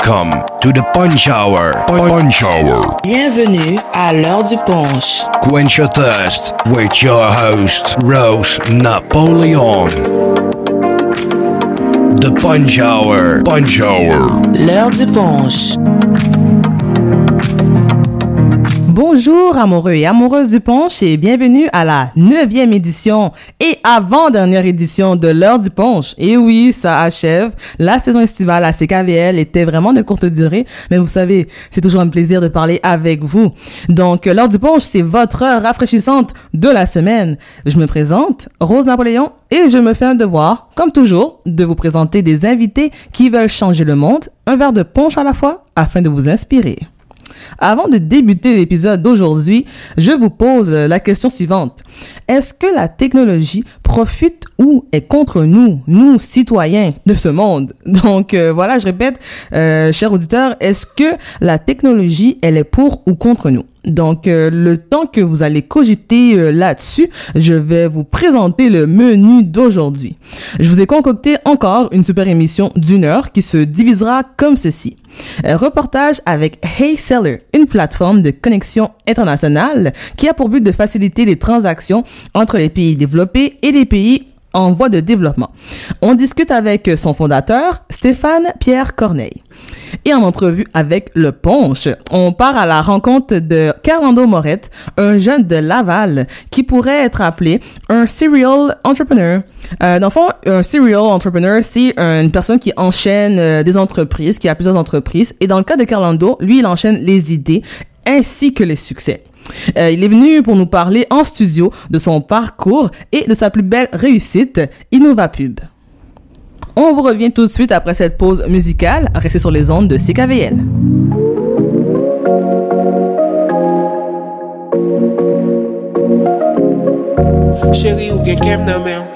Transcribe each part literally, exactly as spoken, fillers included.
Welcome to the Punch Hour. Punch Hour. Bienvenue à l'heure du punch. Quench your thirst with your host, Rose Napoleon. The Punch Hour. Punch Hour. L'heure du punch. Bonjour amoureux et amoureuses du punch et bienvenue à la neuvième édition et avant-dernière édition de l'heure du punch. Et oui, ça achève. La saison estivale à C K V L était vraiment de courte durée, mais vous savez, c'est toujours un plaisir de parler avec vous. Donc, l'heure du punch, c'est votre heure rafraîchissante de la semaine. Je me présente, Rose Napoléon, et je me fais un devoir, comme toujours, de vous présenter des invités qui veulent changer le monde, un verre de punch à la fois, afin de vous inspirer. Avant de débuter l'épisode d'aujourd'hui, je vous pose la question suivante. Est-ce que la technologie profite ou est contre nous, nous citoyens de ce monde? Donc euh, voilà, je répète, euh, chers auditeurs, est-ce que la technologie, elle est pour ou contre nous? Donc, euh, le temps que vous allez cogiter euh, là-dessus, je vais vous présenter le menu d'aujourd'hui. Je vous ai concocté encore une super émission d'une heure qui se divisera comme ceci. Un reportage avec Hey Seller, une plateforme de connexion internationale qui a pour but de faciliter les transactions entre les pays développés et les pays en voie de développement. On discute avec son fondateur, Stéphane Pierre Corneille. Et en entrevue avec Le Punch, on part à la rencontre de Carlando Morette, un jeune de Laval qui pourrait être appelé un serial entrepreneur. Euh, dans le fond, un serial entrepreneur, c'est une personne qui enchaîne euh, des entreprises, qui a plusieurs entreprises. Et dans le cas de Carlando, lui, il enchaîne les idées ainsi que les succès. Euh, il est venu pour nous parler en studio de son parcours et de sa plus belle réussite, InnovaPub. On vous revient tout de suite après cette pause musicale. Restez sur les ondes de C K V L. Chérie ou gen kem nan men,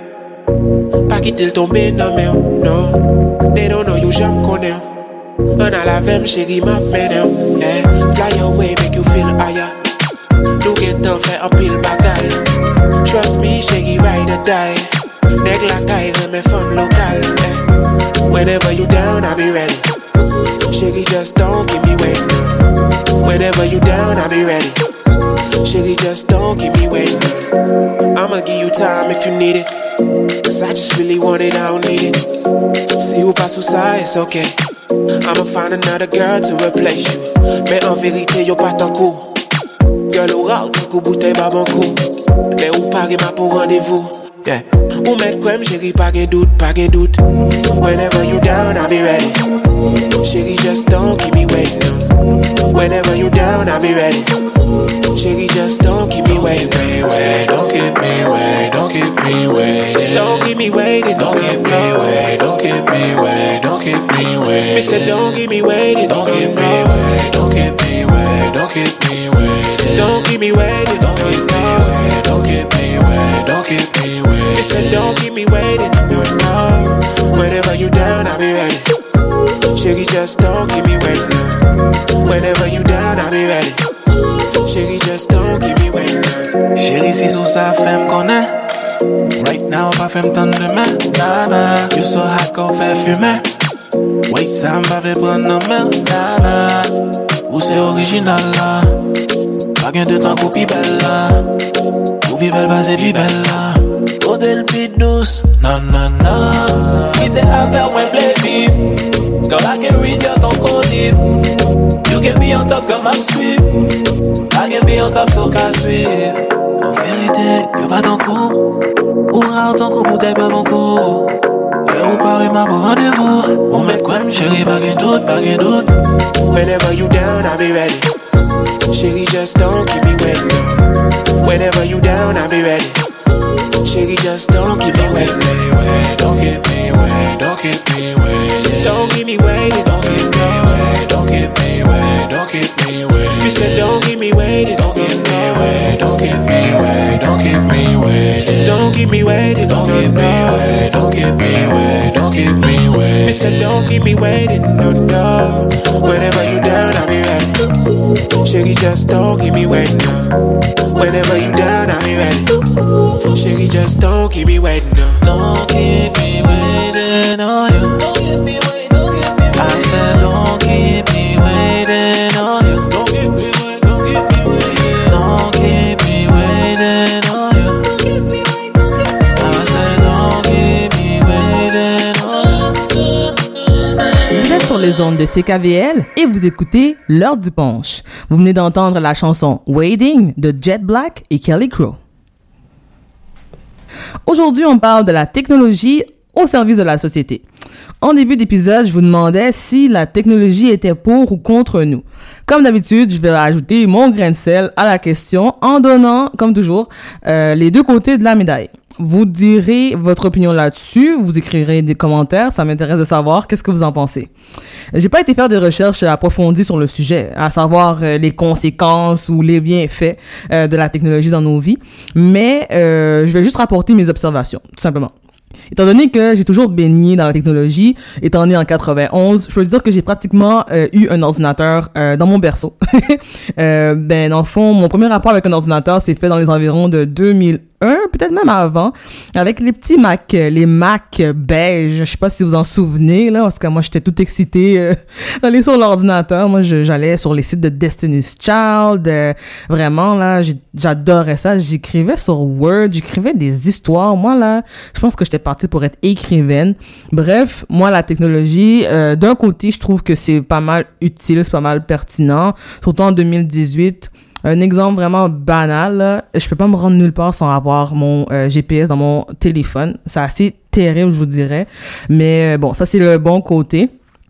pa kitel tombe nan men, non. They don't know you jam konen. An a la vem chérie map menen, yeah. Fly away make you feel higher. Nou gen tan fè an pil bagay. Trust me chérie ride or die. Neg la kay reme femme local, eh. Whenever you down, I'll be ready. Chérie, just don't keep me waiting. Whenever you down, I'll be ready. Chérie, just don't keep me waiting. I'ma give you time if you need it. Cause I just really want it, I don't need it. Si ou pas sous ça, it's okay. I'ma find another girl to replace you. Mais en vérité, yo pas ton coup. Girl, ou rare, ton coup bouteille, pas bon coup. Les ou pari ma pour rendez-vous. Yeah. Ou met kwem, chérie, pas gen doute, pas gen doute. Whenever you down, I'll be ready. Chérie, just don't keep me waiting. Whenever you down, I'll be ready. Chérie, just don't keep me waiting. Wait, don't keep me waiting. Don't keep me waiting. Don't keep me waiting. Don't keep me waiting. Don't keep me waiting. Don't keep me waiting. Me say don't keep me waiting. Don't keep me waiting. Don't keep me waiting. Don't keep me waiting. Don't keep me waiting. Don't keep me waiting. Don't keep me waiting. Don't keep me waiting. Me say don't keep me waiting. No, no. Whenever you down, I'll be ready. Chérie, just don't keep me waiting. Whenever you down, I'll be ready. Chérie, just don't keep me waiting. Chérie, si sous ça fait m'connait. Right now, pas fait m'tendre demain. Nah, nah. You so hot qu'on fait fumer. Wait, ça m'a fait prendre nos mains. Nah, nah. Ou c'est original là. Pas gain de temps qu'on pi belle là. Ou pi belle, pas c'est pi belle là. Odel pi douce. Non, non, non. Qui c'est avec moi baby. Girl, I can read your ton codif. You can be on top comme I'm sweet. I can be on top so qu'à suivre. En vérité, y'a pas ton coup. Ou rare ton coup, bouteille pas mon coup. Y'a ou pari ma pour rendez-vous. Ou met quoi chérie, pas gain doute, pas gain doute. Whenever you down, I'll be ready. Chérie, just don't keep me waiting. Whenever you down, I'll be ready. Chérie, just don't keep me waiting. Don't keep me waiting. Don't keep me waiting. Don't keep me waiting. Don't keep me waiting. Don't keep me waiting. Don't keep me waiting. You said don't keep me waiting. Don't keep me waiting. Don't keep me waiting. Don't keep me waiting. Don't keep me waiting. Don't keep me waiting. Don't keep me waiting. Don't keep me waiting. You said don't keep me waiting. No, no. Whenever you down, I'll be ready. Chérie, just don't keep me waiting. Whenever you down, I'll be ready. Chérie, just don't keep me waiting. Don't keep me waiting on you. Don't keep me waiting. Don't keep me waiting. I said don't keep les ondes de C K V L et vous écoutez L'heure du punch. Vous venez d'entendre la chanson Waiting de Jet Black et Kelly Crow. Aujourd'hui, on parle de la technologie au service de la société. En début d'épisode, je vous demandais si la technologie était pour ou contre nous. Comme d'habitude, je vais ajouter mon grain de sel à la question en donnant, comme toujours, euh, les deux côtés de la médaille. Vous direz votre opinion là-dessus, vous écrirez des commentaires, ça m'intéresse de savoir qu'est-ce que vous en pensez. J'ai pas été faire des recherches approfondies sur le sujet, à savoir euh, les conséquences ou les bienfaits euh, de la technologie dans nos vies, mais euh, je vais juste rapporter mes observations, tout simplement. Étant donné que j'ai toujours baigné dans la technologie, étant né en quatre-vingt-onze, je peux dire que j'ai pratiquement euh, eu un ordinateur euh, dans mon berceau. euh, ben, dans le fond, mon premier rapport avec un ordinateur s'est fait dans les environs de deux mille un, peut-être même avant, avec les petits Mac, les Mac beige. Je sais pas si vous en souvenez, là, parce que moi, j'étais tout excitée euh, d'aller sur l'ordinateur. Moi, je, j'allais sur les sites de Destiny's Child. Euh, vraiment, là, j'ai, j'adorais ça. J'écrivais sur Word, j'écrivais des histoires. Moi, là, je pense que j'étais partie pour être écrivaine. Bref, moi, la technologie, euh, d'un côté, je trouve que c'est pas mal utile, c'est pas mal pertinent, surtout en deux mille dix-huit. Un exemple vraiment banal, là, je peux pas me rendre nulle part sans avoir mon euh, G P S dans mon téléphone. C'est assez terrible, je vous dirais. Mais euh, bon, ça, c'est le bon côté.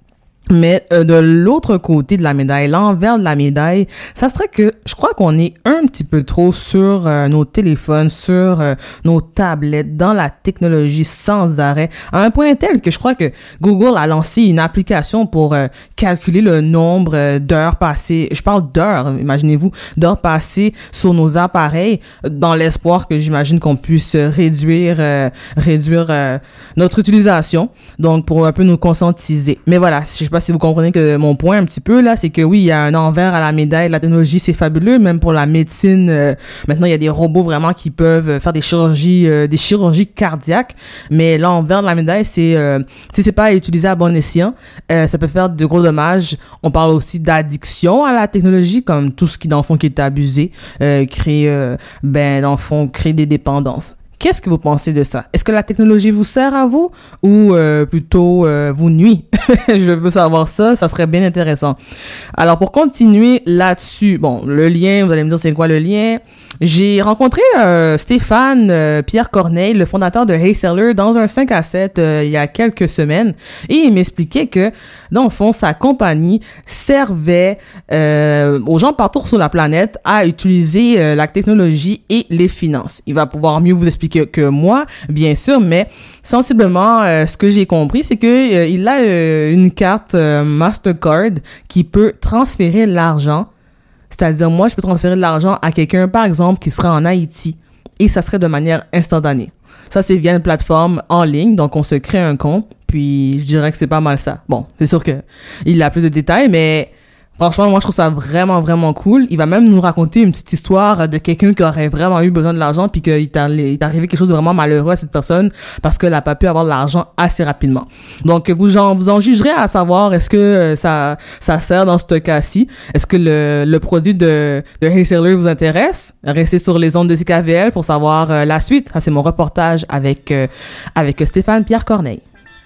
Mais euh, de l'autre côté de la médaille, l'envers de la médaille, ça serait que je crois qu'on est un petit peu trop sur euh, nos téléphones, sur euh, nos tablettes, dans la technologie sans arrêt, à un point tel que je crois que Google a lancé une application pour euh, calculer le nombre euh, d'heures passées. Je parle d'heures, imaginez-vous, d'heures passées sur nos appareils, dans l'espoir que j'imagine qu'on puisse réduire, euh, réduire euh, notre utilisation, donc pour un peu nous conscientiser. Mais voilà, je sais pas si vous comprenez que mon point un petit peu là, c'est que oui, il y a un envers à la médaille. La technologie, c'est fabuleux, même pour la médecine. Euh, maintenant, il y a des robots vraiment qui peuvent faire des chirurgies, euh, des chirurgies cardiaques. Mais l'envers de la médaille, c'est, euh, si c'est pas utilisé à bon escient, euh, ça peut faire de gros dommages. On parle aussi d'addiction à la technologie, comme tout ce qui dans le fond qui est abusé, euh, crée, euh, ben dans le fond, crée des dépendances. Qu'est-ce que vous pensez de ça? Est-ce que la technologie vous sert à vous ou euh, plutôt euh, vous nuit? Je veux savoir ça, ça serait bien intéressant. Alors, pour continuer là-dessus, bon, le lien, vous allez me dire c'est quoi le lien? J'ai rencontré euh, Stéphane euh, Pierre Corneille, le fondateur de Hey Seller, dans un cinq à sept euh, il y a quelques semaines, et il m'expliquait que, dans le fond, sa compagnie servait euh, aux gens partout sur la planète à utiliser euh, la technologie et les finances. Il va pouvoir mieux vous expliquer que moi, bien sûr, mais sensiblement, euh, ce que j'ai compris, c'est que euh, il a euh, une carte euh, Mastercard qui peut transférer l'argent. C'est-à-dire, moi, je peux transférer de l'argent à quelqu'un, par exemple, qui serait en Haïti, et ça serait de manière instantanée. Ça, c'est via une plateforme en ligne, donc on se crée un compte, puis je dirais que c'est pas mal ça. Bon, c'est sûr que il a plus de détails, mais franchement, moi, je trouve ça vraiment, vraiment cool. Il va même nous raconter une petite histoire de quelqu'un qui aurait vraiment eu besoin de l'argent puis qu'il est arrivé quelque chose de vraiment malheureux à cette personne parce qu'elle n'a pas pu avoir de l'argent assez rapidement. Donc, vous en, vous en jugerez à savoir est-ce que ça, ça sert dans ce cas-ci? Est-ce que le, le produit de, de Hey Seller vous intéresse? Restez sur les ondes de C K V L pour savoir euh, la suite. Ça, c'est mon reportage avec, euh, avec Stéphane Pierre Corneille.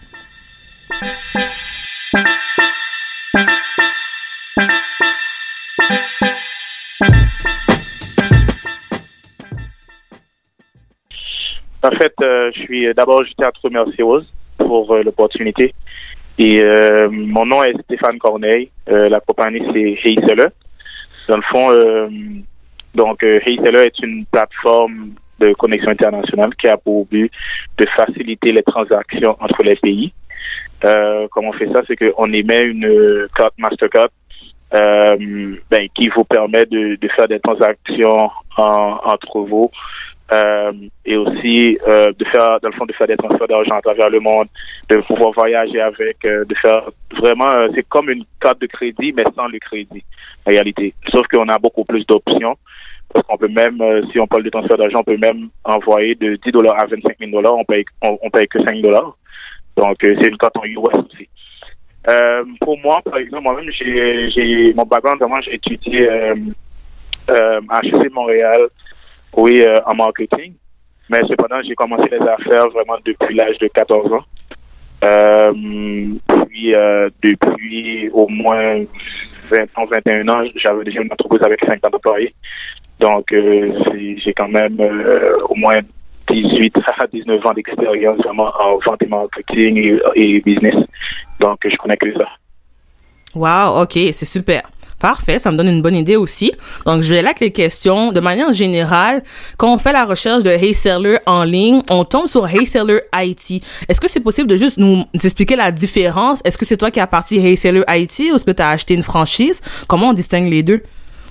En fait, euh, je suis d'abord je tiens à te remercier Rose pour euh, l'opportunité. Et euh, mon nom est Stéphane Corneille. Euh, la compagnie c'est Hey Seller. Dans le fond, euh, donc euh, Hey Seller est une plateforme de connexion internationale qui a pour but de faciliter les transactions entre les pays. Euh, comment on fait ça, c'est qu'on émet une carte Mastercard euh, ben, qui vous permet de, de faire des transactions en, entre vous. Euh, et aussi euh, de faire dans le fond de faire des transferts d'argent à travers le monde, de pouvoir voyager avec, euh, de faire vraiment euh, c'est comme une carte de crédit mais sans le crédit en réalité, sauf qu'on a beaucoup plus d'options parce qu'on peut même euh, si on parle de transfert d'argent on peut même envoyer de dix dollars à vingt-cinq mille dollars, on paye on, on paye que cinq dollars, donc euh, c'est une carte en U S aussi. Euh, pour moi par exemple moi-même j'ai j'ai mon background vraiment j'ai étudié euh, euh, à H E C Montréal. Oui, euh, en marketing, mais cependant, j'ai commencé les affaires vraiment depuis l'âge de quatorze ans. Euh, puis, euh, depuis au moins vingt ans, vingt et un ans, j'avais déjà une entreprise avec cinquante employés. Donc, euh, c'est, j'ai quand même euh, au moins dix-huit à dix-neuf ans d'expérience vraiment en vente et marketing et, et business. Donc, je connais que ça. Wow, OK, c'est super. Parfait, ça me donne une bonne idée aussi. Donc, je vais là avec les questions. De manière générale, quand on fait la recherche de Hey Seller en ligne, on tombe sur Hey Seller I T. Est-ce que c'est possible de juste nous expliquer la différence? Est-ce que c'est toi qui as parti Hey Seller I T ou est-ce que tu as acheté une franchise? Comment on distingue les deux?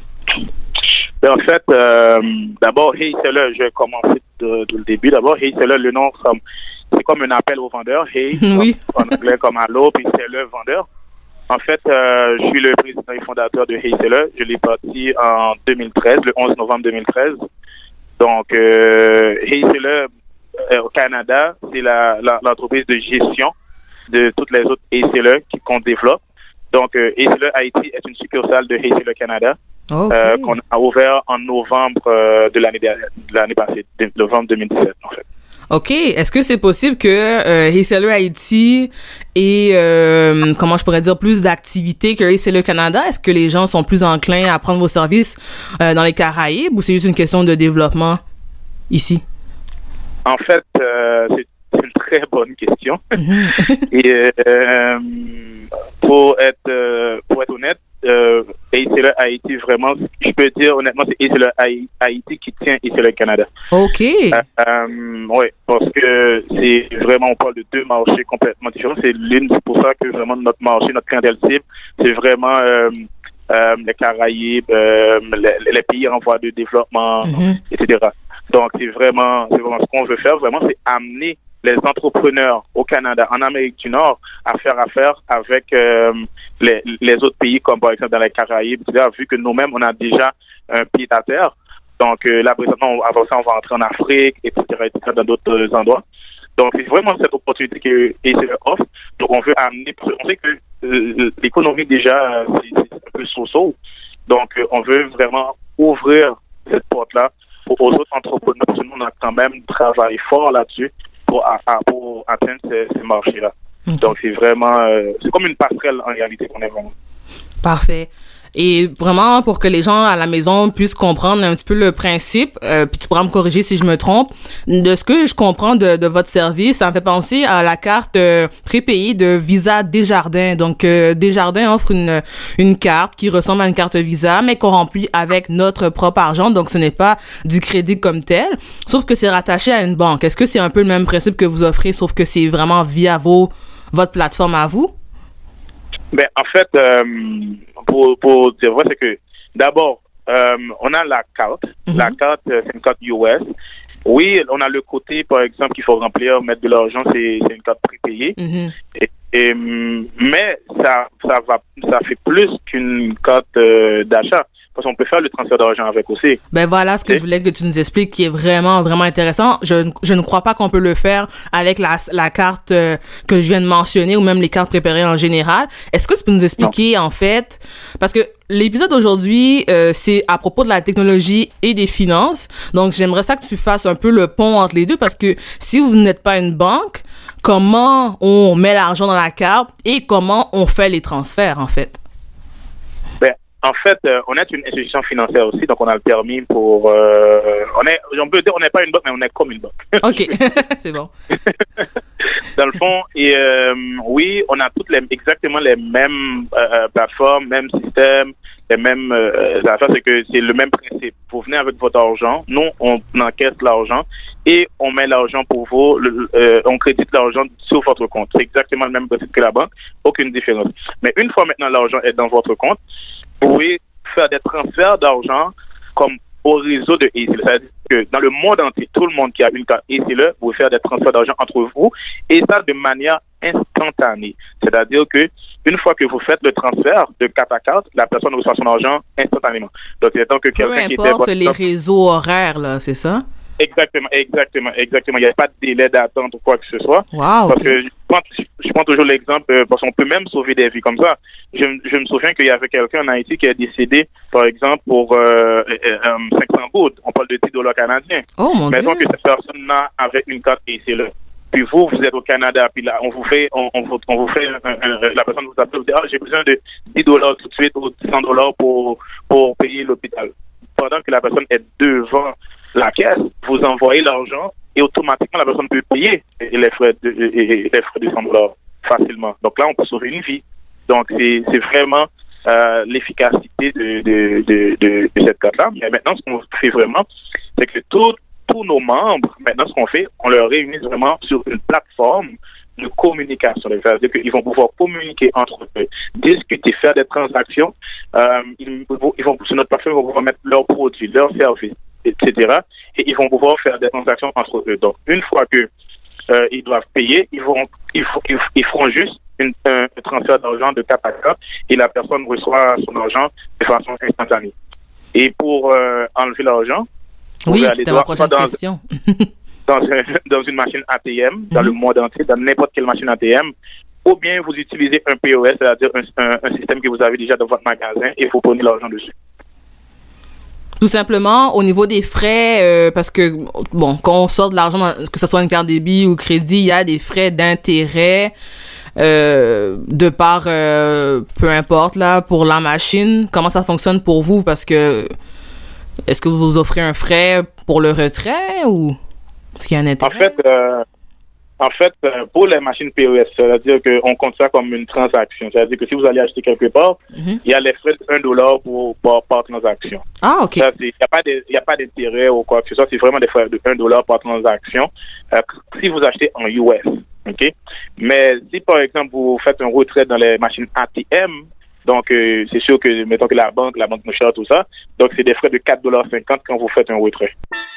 Ben, en fait, euh, d'abord, Hey Seller, je vais commencer de, de le début. D'abord, Hey Seller, le nom, c'est comme un appel au vendeur. Hey, oui. en anglais comme allô, puis Seller, vendeur. En fait, euh, je suis le président et fondateur de Hey Seller. Je l'ai parti en deux mille treize, le onze novembre deux mille treize. Donc, euh, Hey Seller euh, au Canada, c'est la, la, l'entreprise de gestion de toutes les autres Hey Seller qu'on développe. Donc, euh, Hey Seller I T est une succursale de Hey Seller Canada. Okay. Euh, qu'on a ouvert en novembre euh, de l'année dernière, de l'année passée, de novembre deux mille dix-sept, en fait. OK. Est-ce que c'est possible que euh, Hey Seller I T ait, euh, comment je pourrais dire, plus d'activités que Hey Seller Canada? Est-ce que les gens sont plus enclins à prendre vos services euh, dans les Caraïbes ou c'est juste une question de développement ici? En fait, euh, c'est, c'est une très bonne question. Mm-hmm. Et euh, pour être euh, pour être honnête, euh, Hey Seller I T, vraiment, je peux dire honnêtement, c'est Hey Seller I T qui tient Hey Seller Canada. OK. Euh, euh, oui, parce que c'est vraiment, on parle de deux marchés complètement différents. C'est l'une, c'est pour ça que vraiment notre marché, notre clientèle cible, c'est vraiment euh, euh, les Caraïbes, euh, les, les pays en voie de développement, mm-hmm. et cetera. Donc, c'est vraiment, c'est vraiment ce qu'on veut faire, vraiment, c'est amener les entrepreneurs au Canada, en Amérique du Nord, à faire affaire avec euh, les, les autres pays, comme par exemple dans les Caraïbes, et cetera, vu que nous-mêmes, on a déjà un pied à terre. Donc euh, là, présentement, avant ça, on va entrer en Afrique, et cetera, et cetera, dans d'autres endroits. Donc, c'est vraiment cette opportunité que Hey Seller offre. Donc, on veut amener, on sait que euh, l'économie, déjà, c'est, c'est un peu so-so. Donc, euh, on veut vraiment ouvrir cette porte-là pour, aux autres entrepreneurs, parce que nous, on a quand même travaillé fort là-dessus pour, à, à, pour atteindre ces, ces marchés-là. Okay. Donc, c'est vraiment, euh, c'est comme une passerelle en réalité qu'on est vraiment. Parfait. Et vraiment, pour que les gens à la maison puissent comprendre un petit peu le principe, euh, puis tu pourras me corriger si je me trompe, de ce que je comprends de, de votre service, ça me fait penser à la carte euh, prépayée de Visa Desjardins. Donc, euh, Desjardins offre une une carte qui ressemble à une carte Visa, mais qu'on remplit avec notre propre argent. Donc, ce n'est pas du crédit comme tel, sauf que c'est rattaché à une banque. Est-ce que c'est un peu le même principe que vous offrez, sauf que c'est vraiment via vos votre plateforme à vous? Ben, en fait, euh, pour, pour dire vrai, c'est que d'abord, euh, on a la carte. Mm-hmm. La carte, c'est une carte U S. Oui, on a le côté, par exemple, qu'il faut remplir, mettre de l'argent, c'est, c'est une carte prépayée. Mm-hmm. Et, et, mais ça, ça va, ça fait plus qu'une carte euh, d'achat. Parce qu'on peut faire le transfert d'argent avec aussi. Ben voilà ce que okay. je voulais que tu nous expliques qui est vraiment, vraiment intéressant. Je, je ne crois pas qu'on peut le faire avec la, la carte euh, que je viens de mentionner ou même les cartes préparées en général. Est-ce que tu peux nous expliquer, non. en fait, parce que l'épisode d'aujourd'hui, euh, c'est à propos de la technologie et des finances. Donc, j'aimerais ça que tu fasses un peu le pont entre les deux parce que si vous n'êtes pas une banque, comment on met l'argent dans la carte et comment on fait les transferts, en fait? En fait, euh, on est une institution financière aussi, donc on a le permis pour... Euh, on est, on peut dire, on n'est pas une banque, mais on est comme une banque. OK, c'est bon. Dans le fond, et euh, oui, on a toutes les, exactement les mêmes euh, plateformes, mêmes systèmes, les mêmes euh, affaires, c'est que c'est le même principe. Vous venez avec votre argent, nous, on encaisse l'argent et on met l'argent pour vous, le, euh, on crédite l'argent sur votre compte. C'est exactement le même principe que la banque, aucune différence. Mais une fois maintenant l'argent est dans votre compte, vous pouvez faire des transferts d'argent comme au réseau de Hey Seller. C'est-à-dire que dans le monde entier, tout le monde qui a une carte Hey Seller, vous pouvez faire des transferts d'argent entre vous et ça de manière instantanée. C'est-à-dire que une fois que vous faites le transfert de carte à carte, la personne reçoit son argent instantanément. Donc, c'est tant que quelqu'un qui était... Peu importe les réseaux horaires, là, c'est ça? Exactement, exactement, exactement. Il n'y a pas de délai d'attente ou quoi que ce soit. Wow. Parce que je prends, je prends toujours l'exemple, euh, parce qu'on peut même sauver des vies comme ça. Je, je me souviens qu'il y avait quelqu'un en Haïti qui est décédé, par exemple, pour euh, euh, euh, cinq cents gouttes. On parle de dix dollars canadiens. Oh mon Mettons Dieu. que cette personne-là avait une carte Hey Seller. puis vous, vous êtes au Canada, puis là, on vous fait, on, on, vous- on vous fait, un- un- un- la personne vous appelle, vous dit, ah, j'ai besoin de dix dollars tout de suite ou cent dollars pour, pour payer l'hôpital. Pendant que la personne est devant la caisse, vous envoyez l'argent et automatiquement la personne peut payer les frais de, et- et les frais de cent dollars facilement. Donc là, on peut sauver une vie. Donc c'est, c'est vraiment euh, l'efficacité de, de, de, de, de cette carte-là. Mais maintenant, ce qu'on fait vraiment, c'est que tout, tous nos membres, maintenant, ce qu'on fait, on leur réunit vraiment sur une plateforme de communication. C'est-à-dire qu'ils vont pouvoir communiquer entre eux, discuter, faire des transactions. Euh, ils, vont, ils vont, sur notre plateforme, ils vont pouvoir mettre leurs produits, leurs services, et cetera. Et ils vont pouvoir faire des transactions entre eux. Donc, une fois que euh, ils doivent payer, ils vont, ils, font, ils, ils feront juste une, un, un transfert d'argent de carte à carte et la personne reçoit son argent de façon instantanée. Et pour euh, enlever l'argent, vous Oui, pouvez aller c'était ma voir prochaine dans, question. dans, un- dans une machine A T M, dans Mhm. le monde entier, dans n'importe quelle machine A T M, ou bien vous utilisez un P O S, c'est-à-dire un, un, un système que vous avez déjà dans votre magasin et vous prenez l'argent dessus. Tout simplement, au niveau des frais, euh, parce que, bon, quand on sort de l'argent, que ce soit une carte débit ou crédit, il y a des frais d'intérêt euh, de part, euh, peu importe, là, pour la machine. Comment ça fonctionne pour vous? Parce que, est-ce que vous offrez un frais pour le retrait ou est-ce qu'il y a un En intérêt? fait, euh, en fait, euh, pour les machines P O S, c'est-à-dire qu'on compte ça comme une transaction. C'est-à-dire que si vous allez acheter quelque part, Mhm. il y a les frais de un dollar pour, par, par transaction. Ah, OK. Ça, c'est- Il n'y a pas de- il y a pas d'intérêt ou quoi que ce soit. C'est vraiment des frais de un dollar par transaction euh, si vous achetez en U S. OK? Mais si, par exemple, vous faites un retrait dans les machines A T M, donc euh, c'est sûr que, mettons que la banque, la banque nous charge tout ça, donc c'est des frais de quatre dollars cinquante quand vous faites un retrait.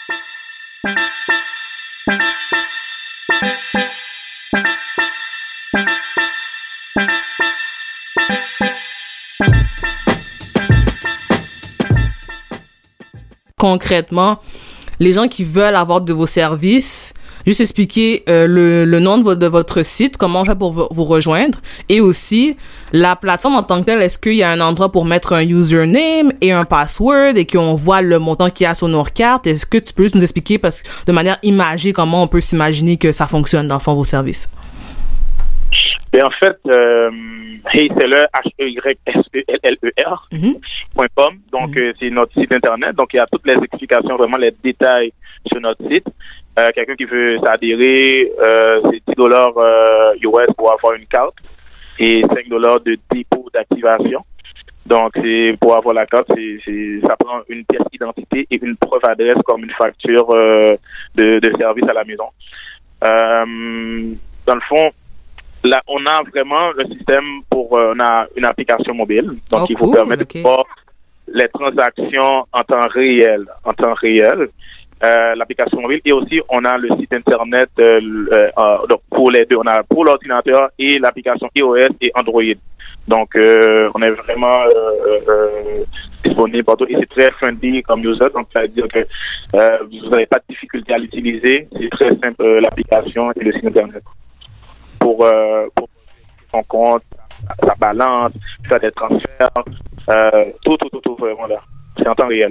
Concrètement, les gens qui veulent avoir de vos services, juste expliquer euh, le, le nom de, vo- de votre site, comment on fait pour vous, vous rejoindre, et aussi la plateforme en tant que telle, est-ce qu'il y a un endroit pour mettre un username et un password et qu'on voit le montant qu'il y a sur nos cartes? Est-ce que tu peux juste nous expliquer parce que de manière imagée comment on peut s'imaginer que ça fonctionne dans le fond vos services? Et en fait, euh, HeySeller, H E Y S E L L E R, Mhm. point com. Donc, euh, c'est notre site Internet. Donc, il y a toutes les explications, vraiment les détails sur notre site. Euh, quelqu'un qui veut s'adhérer, euh, c'est dix dollars euh, U S pour avoir une carte et cinq dollars de dépôt d'activation. Donc, c'est pour avoir la carte, c'est, c'est, ça prend une pièce d'identité et une preuve d'adresse comme une facture euh, de, de service à la maison. Euh, dans le fond, là, on a vraiment le système pour, euh, on a une application mobile, donc Oh, qui vous cool, permet ok. de voir les transactions en temps réel, en temps réel. Euh, l'application mobile et aussi on a le site internet euh, euh, euh, donc pour les deux, on a pour l'ordinateur et l'application iOS et Android. Donc euh, on est vraiment euh, euh, disponible partout et c'est très friendly comme user, donc ça veut dire que euh, vous n'avez pas de difficulté à l'utiliser, c'est très simple euh, l'application et le site internet pour euh, pour son compte, sa balance, faire des transferts, euh, tout tout tout tout vraiment là, c'est en temps réel.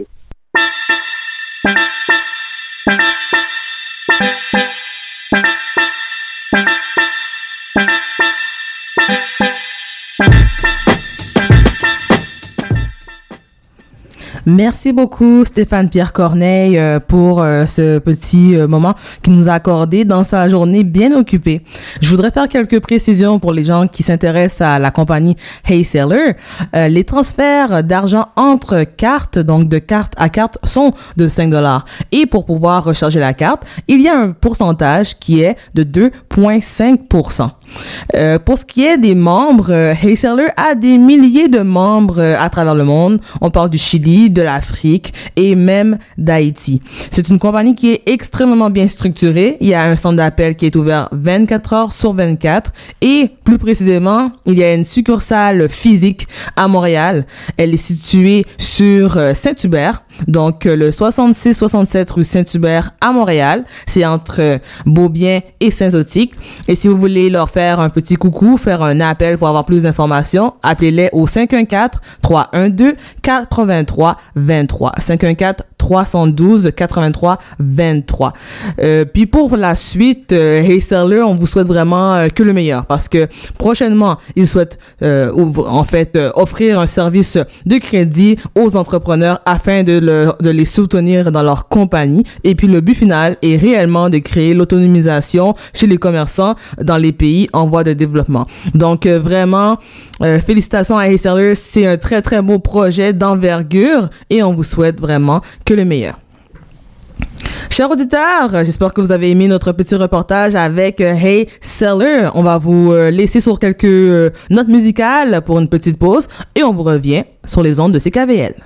Merci beaucoup Stéphane Pierre Corneille euh, pour euh, ce petit euh, moment qu'il nous a accordé dans sa journée bien occupée. Je voudrais faire quelques précisions pour les gens qui s'intéressent à la compagnie HeySeller. Euh, les transferts d'argent entre cartes, donc de carte à carte, sont de cinq dollars. Et pour pouvoir recharger la carte, il y a un pourcentage qui est de deux virgule cinq pour cent. Euh, pour ce qui est des membres, euh, HeySeller a des milliers de membres euh, à travers le monde. On parle du Chili, de l'Afrique et même d'Haïti. C'est une compagnie qui est extrêmement bien structurée. Il y a un centre d'appel qui est ouvert vingt-quatre heures sur vingt-quatre et plus précisément, il y a une succursale physique à Montréal. Elle est située sur euh, Saint-Hubert, donc euh, le soixante-six soixante-sept rue Saint-Hubert à Montréal. C'est entre euh, Beaubien et Saint-Zotique. Et si vous voulez leur faire un petit coucou, faire un appel pour avoir plus d'informations, appelez-les au cinq un quatre, trois un deux, quatre trois deux trois. cinq un quatre, trois cent douze quatre-vingt-trois vingt-trois. Euh, puis pour la suite, euh, Hey Seller, on vous souhaite vraiment euh, que le meilleur parce que prochainement, ils souhaitent euh, ouvre, en fait euh, offrir un service de crédit aux entrepreneurs afin de, leur, de les soutenir dans leur compagnie. Et puis le but final est réellement de créer l'autonomisation chez les commerçants dans les pays en voie de développement. Donc euh, vraiment, euh, félicitations à Hey Seller, c'est un très très beau projet d'envergure et on vous souhaite vraiment que le meilleur. Chers auditeurs, j'espère que vous avez aimé notre petit reportage avec euh, Hey Seller. On va vous euh, laisser sur quelques euh, notes musicales pour une petite pause et on vous revient sur les ondes de C K V L.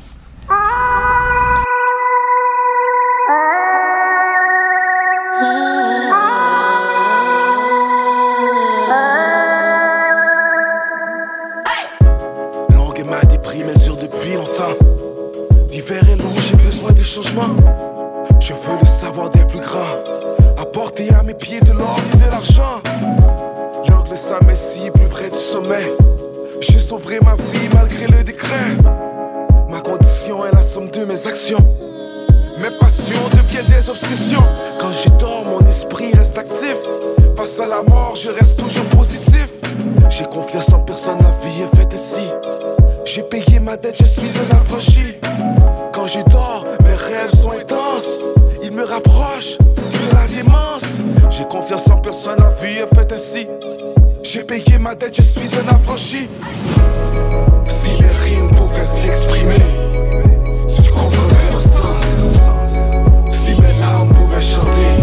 Longue et ma déprime, elle dure depuis longtemps. L'hiver est long, j'ai besoin de changement. Je veux le savoir des plus grands, apporter à mes pieds de l'or et de l'argent. L'angle s'amécie plus près du sommet. J'ai sauvé ma vie malgré le décret. Ma condition est la somme de mes actions. Mes passions deviennent des obsessions. Quand je dors, mon esprit reste actif. Face à la mort, je reste toujours positif. J'ai confiance en personne, la vie est faite ainsi. J'ai payé ma dette, je suis un affranchi. Quand je dors, mes rêves sont intenses. Ils me rapprochent de la démence. J'ai confiance en personne, la vie est faite ainsi. J'ai payé ma dette, je suis un affranchi. Si mes rimes pouvaient s'exprimer, tu comprendrais leur sens. Si mes larmes pouvaient chanter,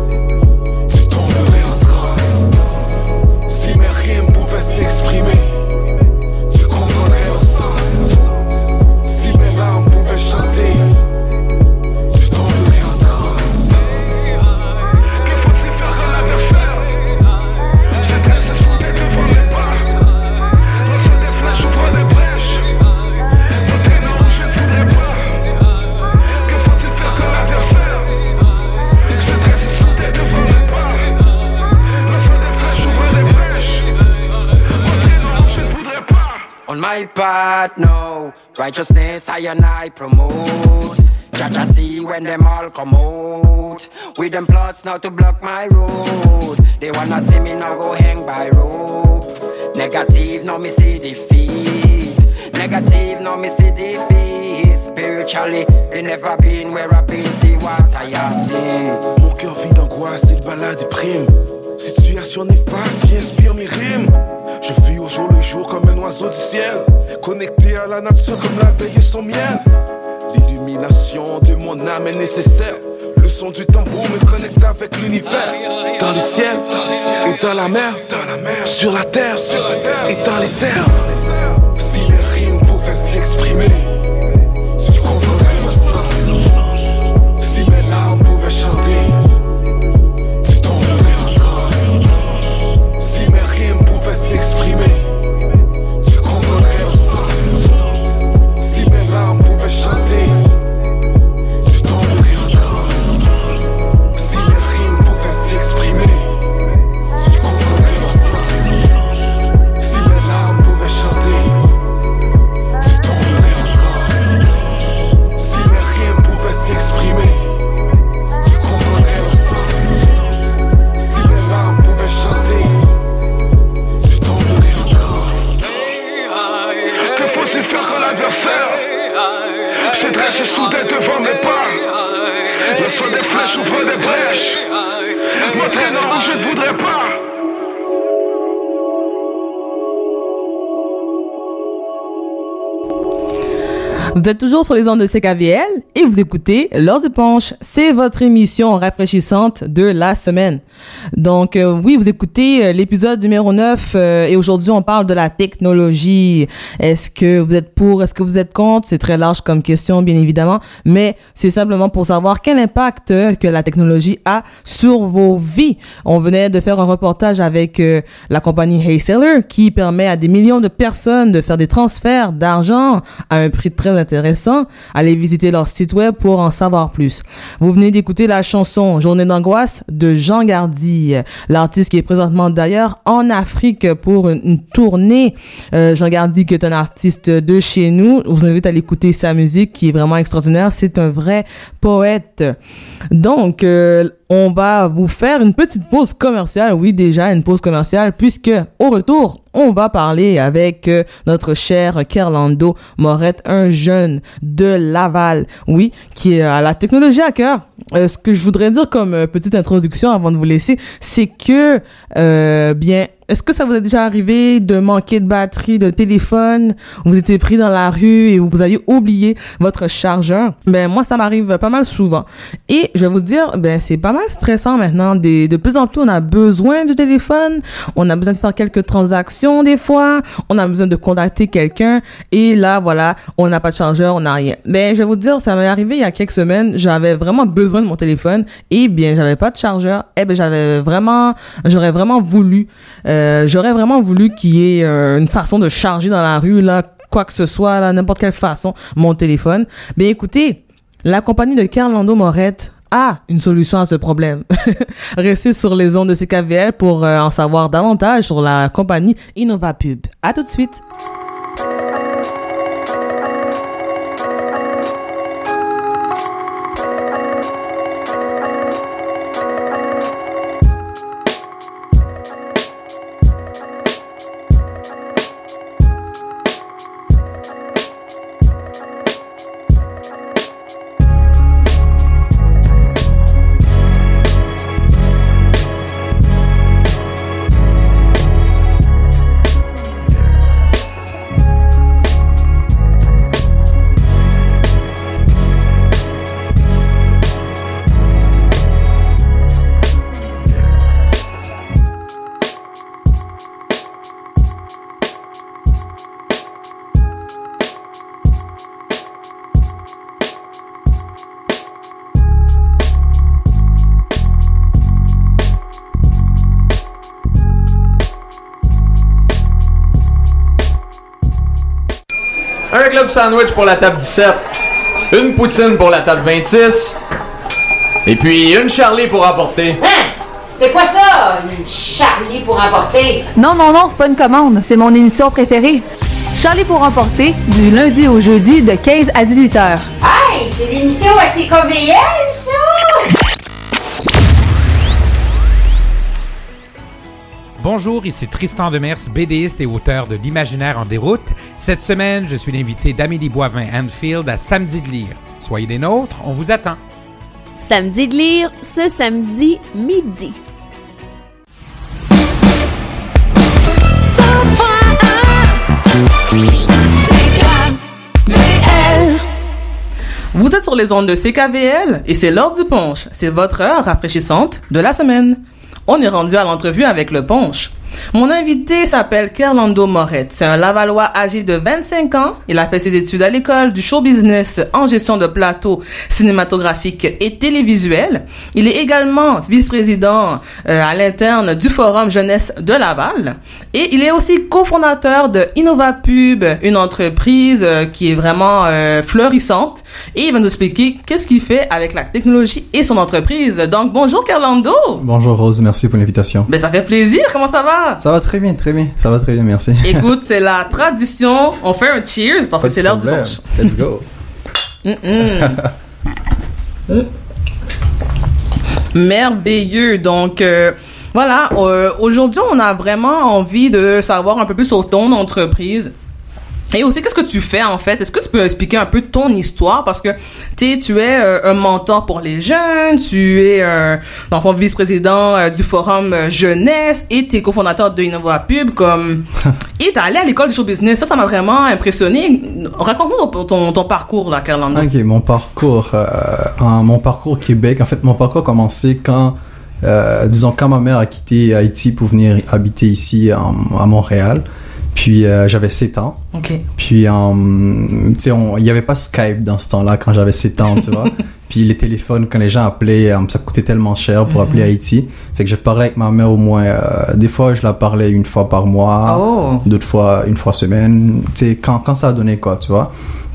tu tomberais en transe. Si mes rimes pouvaient s'exprimer, tu comprendrais leur sens. Si mes larmes pouvaient chanter, tu tomberais en transe. Que faut-il faire quand l'adversaire se dresse soudé devant les pas? Lançant des flèches, ouvrant des brèches, m'entraînant où je ne voudrais pas. Que faut-il faire quand l'adversaire se dresse soudé devant les pas? Lançant des flèches, ouvrant des brèches, m'entraînant où je ne voudrais pas. On my part, no righteousness I and I promote. Jaja see when them all come out with them plots now to block my road. They wanna see me now go hang by rope. Negative, now me see defeat. Negative, now me see defeat. Spiritually, they never been where I've been. See what I have seen. Mon cœur vit d'angoisse, il balade des primes. Situation néfaste qui inspire mes rimes. Je vis au jour le jour comme un oiseau du ciel, connecté à la nature comme l'abeille et son miel. L'illumination de mon âme est nécessaire. Le son du tambour me connecte avec l'univers. Dans le ciel, et dans la mer, sur la terre, et dans les airs. Si mes rimes pouvaient s'exprimer, tu comprendrais le sens. Si mes larmes pouvaient chanter, tu tomberais en transe. Si mes rimes pouvaient s'exprimer, tu comprendrais le sens. Si mes larmes pouvaient chanter, tu tomberais en transe. Si mes rimes pouvaient s'exprimer, tu comprendrais le sens. Si mes larmes pouvaient chanter, tu tomberais en transe. Si mes rimes pouvaient s'exprimer, tu comprendrais le sens. Si mes larmes pouvaient chanter, tu tomberais en transe. Que faut-il faire quand l'adversaire s'est dressé soudé devant mes pas? Lançant des flèches, ouvrant des brèches, m'entraînant où je ne voudrais pas. Vous êtes toujours sur les ondes de C K V L et vous écoutez L'heure du punch. C'est votre émission rafraîchissante de la semaine. Donc, euh, oui, vous écoutez euh, l'épisode numéro neuf euh, et aujourd'hui, on parle de la technologie. Est-ce que vous êtes pour? Est-ce que vous êtes contre? C'est très large comme question, bien évidemment, mais c'est simplement pour savoir quel impact euh, que la technologie a sur vos vies. On venait de faire un reportage avec euh, la compagnie Hey Seller qui permet à des millions de personnes de faire des transferts d'argent à un prix très intéressant. Allez visiter leur site web pour en savoir plus. Vous venez d'écouter la chanson Journée d'angoisse de Jean Gardy, l'artiste qui est présentement d'ailleurs en Afrique pour une, une tournée. Euh, Jean Gardy qui est un artiste de chez nous. Je vous invite à aller écouter sa musique qui est vraiment extraordinaire. C'est un vrai poète. Donc, euh, on va vous faire une petite pause commerciale. Oui, déjà une pause commerciale puisque au retour, on va parler avec euh, notre cher Kerlando Morette, un jeune de Laval, oui, qui a la technologie à cœur. Euh, ce que je voudrais dire comme euh, petite introduction avant de vous laisser, c'est que, euh, bien, est-ce que ça vous est déjà arrivé de manquer de batterie de téléphone? Vous étiez pris dans la rue et vous avez oublié votre chargeur? Ben, moi, ça m'arrive pas mal souvent. Et je vais vous dire, ben, c'est pas mal stressant maintenant. Des, de plus en plus, on a besoin du téléphone. On a besoin de faire quelques transactions des fois. On a besoin de contacter quelqu'un. Et là, voilà, on n'a pas de chargeur, on n'a rien. Ben, je vais vous dire, ça m'est arrivé il y a quelques semaines. J'avais vraiment besoin de mon téléphone. Et bien, j'avais pas de chargeur. Eh ben, j'avais vraiment, j'aurais vraiment voulu, euh, Euh, j'aurais vraiment voulu qu'il y ait euh, une façon de charger dans la rue, là, quoi que ce soit, là, n'importe quelle façon, mon téléphone. Bien, écoutez, la compagnie de Kerlando Morette a une solution à ce problème. Restez sur les ondes de C K V L pour euh, en savoir davantage sur la compagnie InnovaPub. À tout de suite. Un club sandwich pour la table dix-sept, une poutine pour la table vingt-six, et puis une Charlie pour emporter. Hein? C'est quoi ça, une Charlie pour emporter? Non, non, non, c'est pas une commande, c'est mon émission préférée. Charlie pour emporter, du lundi au jeudi de quinze à dix-huit heures. Hey, c'est l'émission à C K V L, ça? Bonjour, ici Tristan Demers, BDiste et auteur de L'Imaginaire en déroute. Cette semaine, je suis l'invité d'Amélie Boivin-Anfield à Samedi de lire. Soyez des nôtres, on vous attend. Samedi de lire, ce samedi midi. Vous êtes sur les ondes de C K V L et c'est l'heure du punch. C'est votre heure rafraîchissante de la semaine. On est rendu à l'entrevue avec le punch. Mon invité s'appelle Kerlando Morette. C'est un Lavallois âgé de vingt-cinq ans. Il a fait ses études à l'école du show business en gestion de plateaux cinématographiques et télévisuels. Il est également vice-président euh, à l'interne du Forum Jeunesse de Laval. Et il est aussi cofondateur de InnovaPub, une entreprise euh, qui est vraiment euh, florissante. Et il va nous expliquer qu'est-ce qu'il fait avec la technologie et son entreprise. Donc, bonjour Kerlando! Bonjour Rose, merci pour l'invitation. Ben, ça fait plaisir. Comment ça va? Ça va très bien, très bien. Ça va très bien, merci. Écoute, c'est la tradition. On fait un cheers parce Pas que c'est l'heure du punch. Let's go. Merveilleux. Donc, euh, voilà. Euh, aujourd'hui, on a vraiment envie de savoir un peu plus sur ton entreprise. Et aussi, qu'est-ce que tu fais en fait? Est-ce que tu peux expliquer un peu ton histoire? Parce que tu tu es euh, un mentor pour les jeunes, tu es un dans le fond, vice-président euh, du Forum euh, Jeunesse et tu es cofondateur de InnovaPub. Comme... et tu es allé à l'école du show business. Ça, ça m'a vraiment impressionné. Raconte-nous ton, ton, ton parcours, là, Kerlando. Ok, mon parcours, euh, en, mon parcours au Québec, en fait, mon parcours a commencé quand, euh, disons, quand ma mère a quitté Haïti pour venir habiter ici en, à Montréal. Puis euh, j'avais sept ans. OK. Puis euh, tu sais, il y avait pas Skype dans ce temps-là quand j'avais sept ans, tu vois. Puis les téléphones, quand les gens appelaient, euh, ça coûtait tellement cher pour mm-hmm. appeler Haïti. Fait que je parlais avec ma mère au moins euh, des fois je la parlais une fois par mois, oh. d'autres fois une fois semaine, tu sais, quand quand ça a donné quoi, tu vois.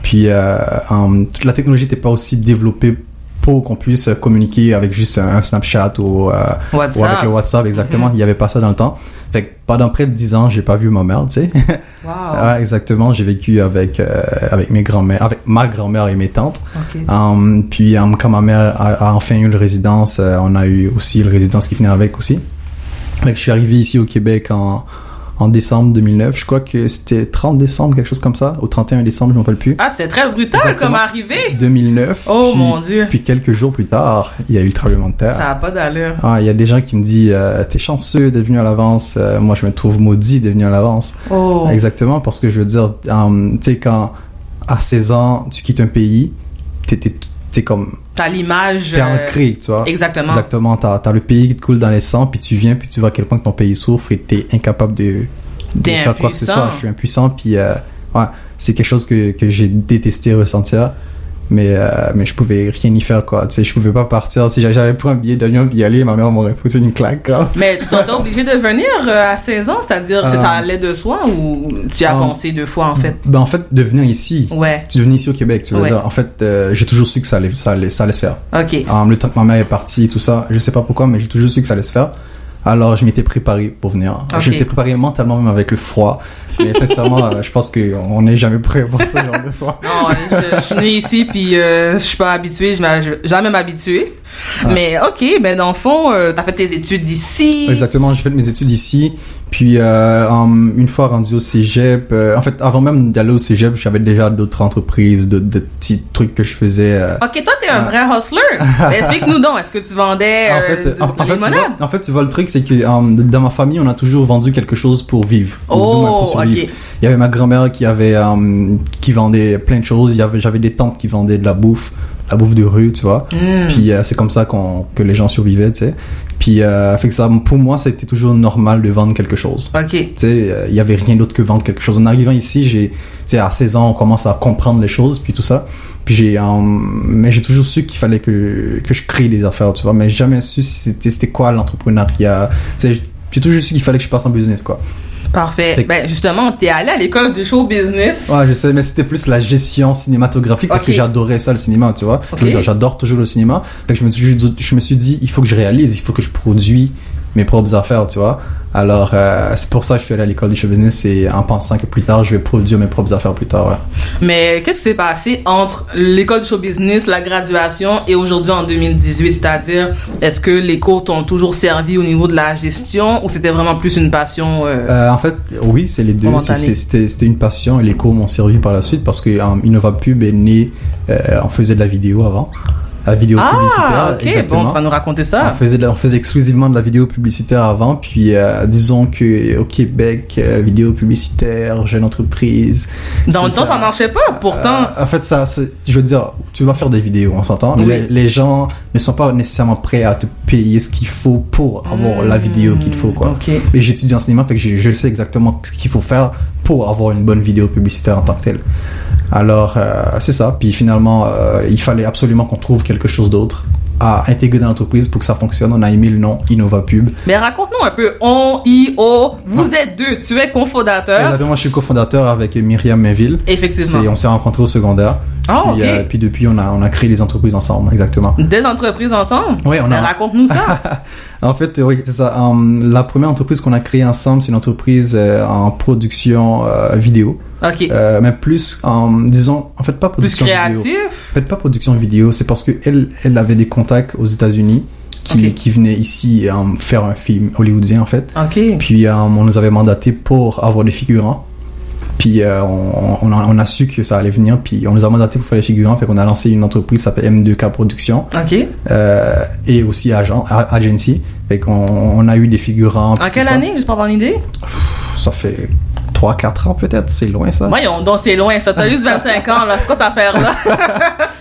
Puis euh, um, la technologie n'était pas aussi développée pour qu'on puisse communiquer avec juste un Snapchat ou, euh, ou avec le WhatsApp, exactement. Mm-hmm. Il n'y avait pas ça dans le temps. Fait que pendant près de dix ans, j'ai pas vu ma mère, tu sais. Wow. Ouais, exactement. J'ai vécu avec, euh, avec mes grands-mères, avec ma grand-mère et mes tantes. Okay. Um, puis um, quand ma mère a, a enfin eu une résidence, euh, on a eu aussi une résidence qui venait avec aussi. Fait que je suis arrivé ici au Québec en... en décembre deux mille neuf, je crois que c'était trente décembre, quelque chose comme ça, au trente et un décembre, je ne m'en rappelle plus. Ah, c'était très brutal. Exactement. Comme arrivé. deux mille neuf. Oh puis, mon Dieu. Puis quelques jours plus tard, il y a eu le tremblement de terre. Ça n'a pas d'allure. Ah, il y a des gens qui me disent, euh, t'es chanceux d'être venu à l'avance. Euh, moi, je me trouve maudit d'être venu à l'avance. Oh. Exactement, parce que je veux dire, um, tu sais, quand à seize ans, tu quittes un pays, t'étais, t'es comme... T'as l'image... T'es ancré, tu vois. Exactement. Exactement. T'as, t'as le pays qui te coule dans les sangs, puis tu viens, puis tu vois à quel point que ton pays souffre et t'es incapable de... de faire quoi que ce soit. Je suis impuissant, puis euh, ouais, c'est quelque chose que, que j'ai détesté ressentir, mais, euh, mais je pouvais rien y faire, quoi. Tu sais, je pouvais pas partir. Si j'avais pris un billet d'avion puis y aller, ma mère m'aurait poussé une claque, quoi. Mais tu t'es obligé de venir euh, à seize ans, c'est-à-dire que euh, ça allait de soi ou tu as euh, pensé deux fois, en fait? Ben, en fait, de venir ici. Ouais. Tu venais ici au Québec, tu veux ouais. dire. En fait, euh, j'ai toujours su que ça allait, ça allait, ça allait se faire. OK. Um, le temps que ma mère est partie, tout ça, je sais pas pourquoi, mais j'ai toujours su que ça allait se faire. Alors, je m'étais préparé pour venir. Okay. Je m'étais préparé mentalement, même avec le froid. Mais sincèrement, je pense qu'on n'est jamais prêt pour ce genre de froid. Non, je, je suis né ici, puis euh, je suis pas habitué. Je vais jamais m'habituer. Ah. Mais OK, ben dans le fond, euh, t'as fait tes études ici. Exactement, j'ai fait mes études ici. Puis, euh, um, une fois rendu au cégep, euh, en fait, avant même d'aller au cégep, j'avais déjà d'autres entreprises, de, de petits trucs que je faisais. Euh, OK, toi, t'es un euh, vrai hustler. Ben, explique-nous donc, est-ce que tu vendais euh, en fait, de, en, de en, fait, limonade? tu vois, en fait, tu vois, le truc, c'est que um, dans ma famille, on a toujours vendu quelque chose pour vivre. Oh, du moins pour survivre. OK. Il y avait ma grand-mère qui avait um, qui vendait plein de choses. Il y avait, j'avais des tantes qui vendaient de la bouffe, la bouffe de rue, tu vois. Mm. Puis euh, c'est comme ça qu'on, que les gens survivaient, tu sais. Puis euh, fait que ça, pour moi, ça a été toujours normal de vendre quelque chose. OK. Tu sais, il euh, y avait rien d'autre que vendre quelque chose. En arrivant ici, j'ai, tu sais, à seize ans, on commence à comprendre les choses, puis tout ça. Puis j'ai, um, mais j'ai toujours su qu'il fallait que que je crée des affaires, tu vois. Mais j'ai jamais su si c'était c'était quoi l'entrepreneuriat. Tu sais, j'ai toujours su qu'il fallait que je passe en business, quoi. Parfait. Que... Ben, justement, t'es allé à l'école du show business. Ouais, je sais, mais c'était plus la gestion cinématographique parce okay. que j'adorais ça, le cinéma, tu vois. Okay. Je veux dire, j'adore toujours le cinéma. Fait que je me suis, je me suis dit, il faut que je réalise, il faut que je produise mes propres affaires, tu vois. Alors, euh, c'est pour ça que je suis allé à l'école du show business et en pensant que plus tard, je vais produire mes propres affaires plus tard, ouais. Mais qu'est-ce qui s'est passé entre l'école du show business, la graduation et aujourd'hui en deux mille dix-huit? C'est-à-dire, est-ce que les cours t'ont toujours servi au niveau de la gestion ou c'était vraiment plus une passion? Euh, euh, en fait, oui, c'est les deux. C'est, c'est, c'était, c'était une passion et les cours m'ont servi par la suite parce que um, InnovaPub est né, euh, on faisait de la vidéo avant. La vidéo ah, publicitaire. Ok, exactement. bon, tu vas nous raconter ça. On faisait, de, on faisait exclusivement de la vidéo publicitaire avant, puis euh, disons que au Québec, euh, vidéo publicitaire, jeune entreprise. Dans le temps, ça, ça marchait pas, pourtant. Euh, en fait, ça, c'est, je veux dire, tu vas faire des vidéos, on s'entend. Oui. Les, les gens ne sont pas nécessairement prêts à te payer ce qu'il faut pour avoir mmh, la vidéo qu'il faut, quoi. Okay. Et j'étudie en cinéma, fait que je, je sais exactement ce qu'il faut faire pour avoir une bonne vidéo publicitaire en tant que telle. Alors, euh, c'est ça. Puis finalement, euh, il fallait absolument qu'on trouve quelque chose d'autre à intégrer dans l'entreprise pour que ça fonctionne. On a aimé le nom InnovaPub. Mais raconte-nous un peu, on, I, O, vous ah. êtes deux, tu es cofondateur. Exactement, je suis cofondateur avec Myriam Mainville. Effectivement. C'est, on s'est rencontrés au secondaire. Oh, puis, ok. euh, puis depuis, on a, on a créé des entreprises ensemble, exactement. Des entreprises ensemble? Oui, on a. Mais raconte-nous ça. En fait, oui, c'est ça. Um, la première entreprise qu'on a créée ensemble, c'est une entreprise euh, en production euh, vidéo. Ok. Euh, mais plus, en, disons, en fait, pas production plus créatif. vidéo. En fait, pas production vidéo, c'est parce que elle, elle avait des contacts aux États-Unis qui, okay. qui venaient ici um, faire un film hollywoodien, en fait. Ok. Puis, um, on nous avait mandaté pour avoir des figurants. Puis euh, on, on, a, on a su que ça allait venir, puis on nous a mandaté pour faire les figurants, fait qu'on a lancé une entreprise qui s'appelle M deux K Production. Ok. Euh, et aussi agent, agency, fait qu'on on a eu des figurants. En quelle année, juste pour avoir une idée? Ça fait trois quatre ans peut-être, c'est loin ça. Voyons donc, c'est loin ça, t'as juste vingt-cinq ans là, c'est quoi cette affaire là?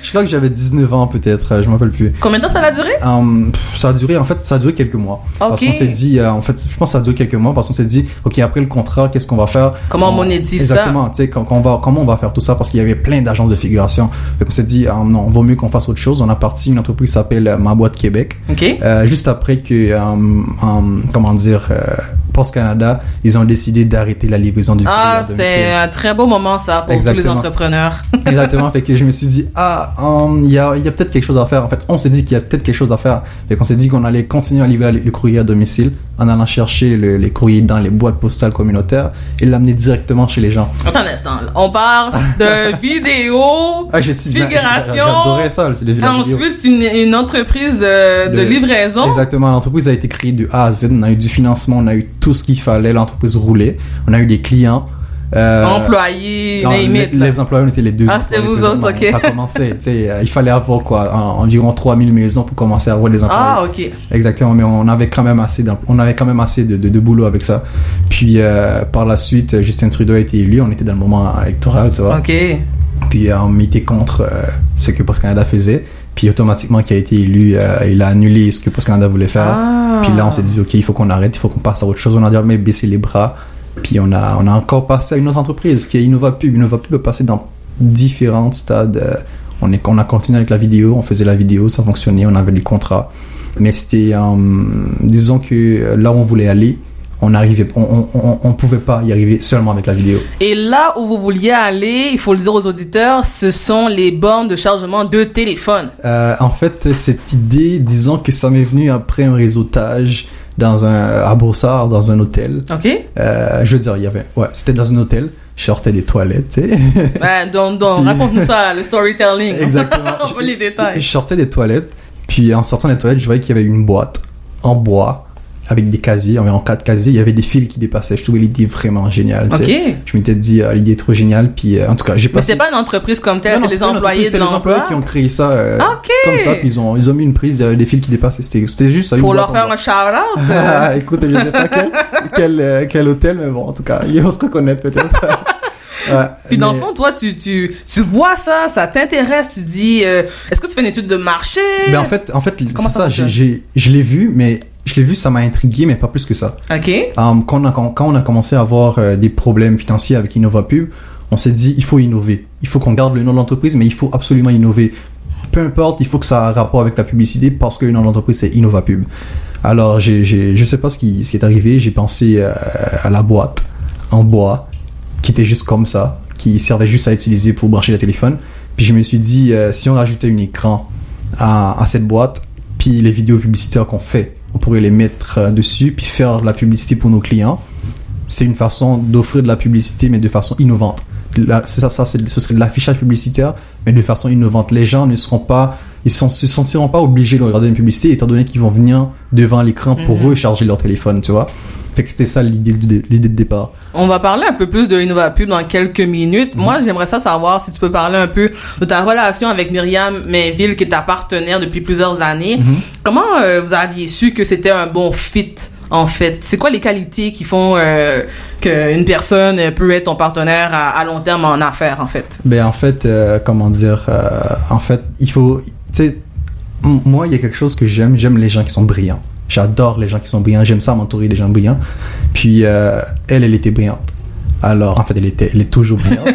Je crois que j'avais dix-neuf ans peut-être, je me rappelle plus. Combien de temps ça a duré? Um, ça a duré, en fait, ça a duré quelques mois. Ok. Parce qu'on s'est dit, euh, en fait, je pense que ça a duré quelques mois parce qu'on s'est dit, ok, après le contrat, qu'est-ce qu'on va faire? Comment on monétise Exactement, tu sais, quand, quand on va, comment on va faire tout ça? Parce qu'il y avait plein d'agences de figuration. Donc on s'est dit, um, non, vaut mieux qu'on fasse autre chose. On a parti une entreprise qui s'appelle euh, Ma Boîte Québec. Ok. Euh, juste après que, um, um, comment dire, euh, Post Canada, ils ont décidé d'arrêter la livraison du courrier Ah, à domicile. c'était un très beau moment ça pour Exactement. tous les entrepreneurs. Exactement, fait que je me suis dit, ah, il um, y a, y a peut-être quelque chose à faire. En fait, on s'est dit qu'il y a peut-être quelque chose à faire. Fait qu'on s'est dit qu'on allait continuer à livrer le courrier à domicile en allant chercher le, les courriers dans les boîtes postales communautaires et l'amener directement chez les gens. Attends un instant, là. On parle de vidéo, ah, j'ai, figuration. J'adorais ça, c'est les vidéos. Ensuite, une, une entreprise de, de, de livraison. Exactement, l'entreprise a été créée de A à Z. On a eu du financement, on a eu tout ce qu'il fallait. L'entreprise roulait. On a eu des clients. Euh, employés, non, les, les, les employés, on était les deux. Ah, c'était vous autres, ok. Ça commençait, tu sais, euh, il fallait avoir quoi, en, environ trois mille maisons pour commencer à avoir des employés. Ah, ok. Exactement, mais on avait quand même assez, on avait quand même assez de, de, de boulot avec ça. Puis euh, par la suite, Justin Trudeau a été élu, on était dans le moment électoral, tu vois. Ok. Puis euh, on était contre euh, ce que Post Canada faisait. Puis automatiquement, qui a été élu, euh, il a annulé ce que Post Canada voulait faire. Ah. Puis là, on s'est dit, ok, il faut qu'on arrête, il faut qu'on passe à autre chose. On a jamais baissé les bras. Puis on a, on a encore passé à une autre entreprise qui est InnovaPub. InnovaPub est passé dans différents stades. On, est, on a continué avec la vidéo, on faisait la vidéo, ça fonctionnait, on avait les contrats. Mais c'était, euh, disons que là où on voulait aller, on arrivait, on, on, on pouvait pas y arriver seulement avec la vidéo. Et là où vous vouliez aller, il faut le dire aux auditeurs, ce sont les bornes de chargement de téléphone. Euh, en fait, cette idée, disons que ça m'est venu après un réseautage dans un, à Brossard, dans un hôtel. Ok. Euh, je veux dire, il y avait, ouais, c'était dans un hôtel. Je sortais des toilettes, tu sais. Ben, donc, donc, raconte-nous ça, le storytelling. Exactement. On veut les détails. Je sortais des toilettes, puis en sortant des toilettes, je voyais qu'il y avait une boîte en bois avec des casiers, environ quatre casiers. Il y avait des fils qui dépassaient. Je trouvais l'idée vraiment géniale. Ok. T'sais. Je m'étais dit, euh, l'idée est trop géniale. Puis euh, en tout cas, j'ai passé. Mais c'est pas une entreprise comme telle, c'est les employés de C'est les employés qui ont créé ça euh, okay. comme ça. Puis ils ont, ils ont mis une prise euh, des fils qui dépassaient. C'était, c'était juste ça. Faut leur faire un shout-out. Écoute, je sais pas quel, quel, euh, quel hôtel, mais bon, en tout cas, ils vont se reconnaître peut-être. Ouais, puis dans mais... le fond, toi, tu, tu, tu vois ça, ça t'intéresse, tu dis, euh, est-ce que tu fais une étude de marché? Ben en fait, en fait, c'est ça, j'ai, j'ai, je l'ai vu, mais je l'ai vu, ça m'a intrigué, mais pas plus que ça. Ok. Um, quand, on a, quand, quand on a commencé à avoir euh, des problèmes financiers avec InnovaPub, on s'est dit, il faut innover. Il faut qu'on garde le nom de l'entreprise, mais il faut absolument innover. Peu importe, il faut que ça ait un rapport avec la publicité parce que le nom de l'entreprise, c'est InnovaPub. Alors, j'ai, j'ai, je sais pas ce qui, ce qui est arrivé, j'ai pensé euh, à la boîte en bois qui était juste comme ça, qui servait juste à utiliser pour brancher le téléphone. Puis je me suis dit, euh, si on rajoutait un écran à, à cette boîte, puis les vidéos publicitaires qu'on fait, on pourrait les mettre euh, dessus, puis faire de la publicité pour nos clients. C'est une façon d'offrir de la publicité, mais de façon innovante. Là, c'est ça, ça c'est, ce serait de l'affichage publicitaire, mais de façon innovante. Les gens ne seront pas, ils ne se sentiront pas obligés de regarder une publicité, étant donné qu'ils vont venir devant l'écran pour mm-hmm. recharger leur téléphone, tu vois. Fait que c'était ça l'idée de, l'idée de départ. On va parler un peu plus de InnovaPub dans quelques minutes. Mm-hmm. Moi, j'aimerais ça savoir si tu peux parler un peu de ta relation avec Myriam Mainville, qui est ta partenaire depuis plusieurs années. Mm-hmm. Comment euh, vous aviez su que c'était un bon fit, en fait? C'est quoi les qualités qui font euh, qu'une personne peut être ton partenaire à, à long terme en affaires, en fait? Ben, en fait, euh, comment dire, euh, en fait, il faut, tu sais, m- moi, il y a quelque chose que j'aime, j'aime les gens qui sont brillants. J'adore les gens qui sont brillants. J'aime ça m'entourer des gens brillants. Puis euh, elle, elle était brillante. Alors, en fait, elle était, elle est toujours brillante.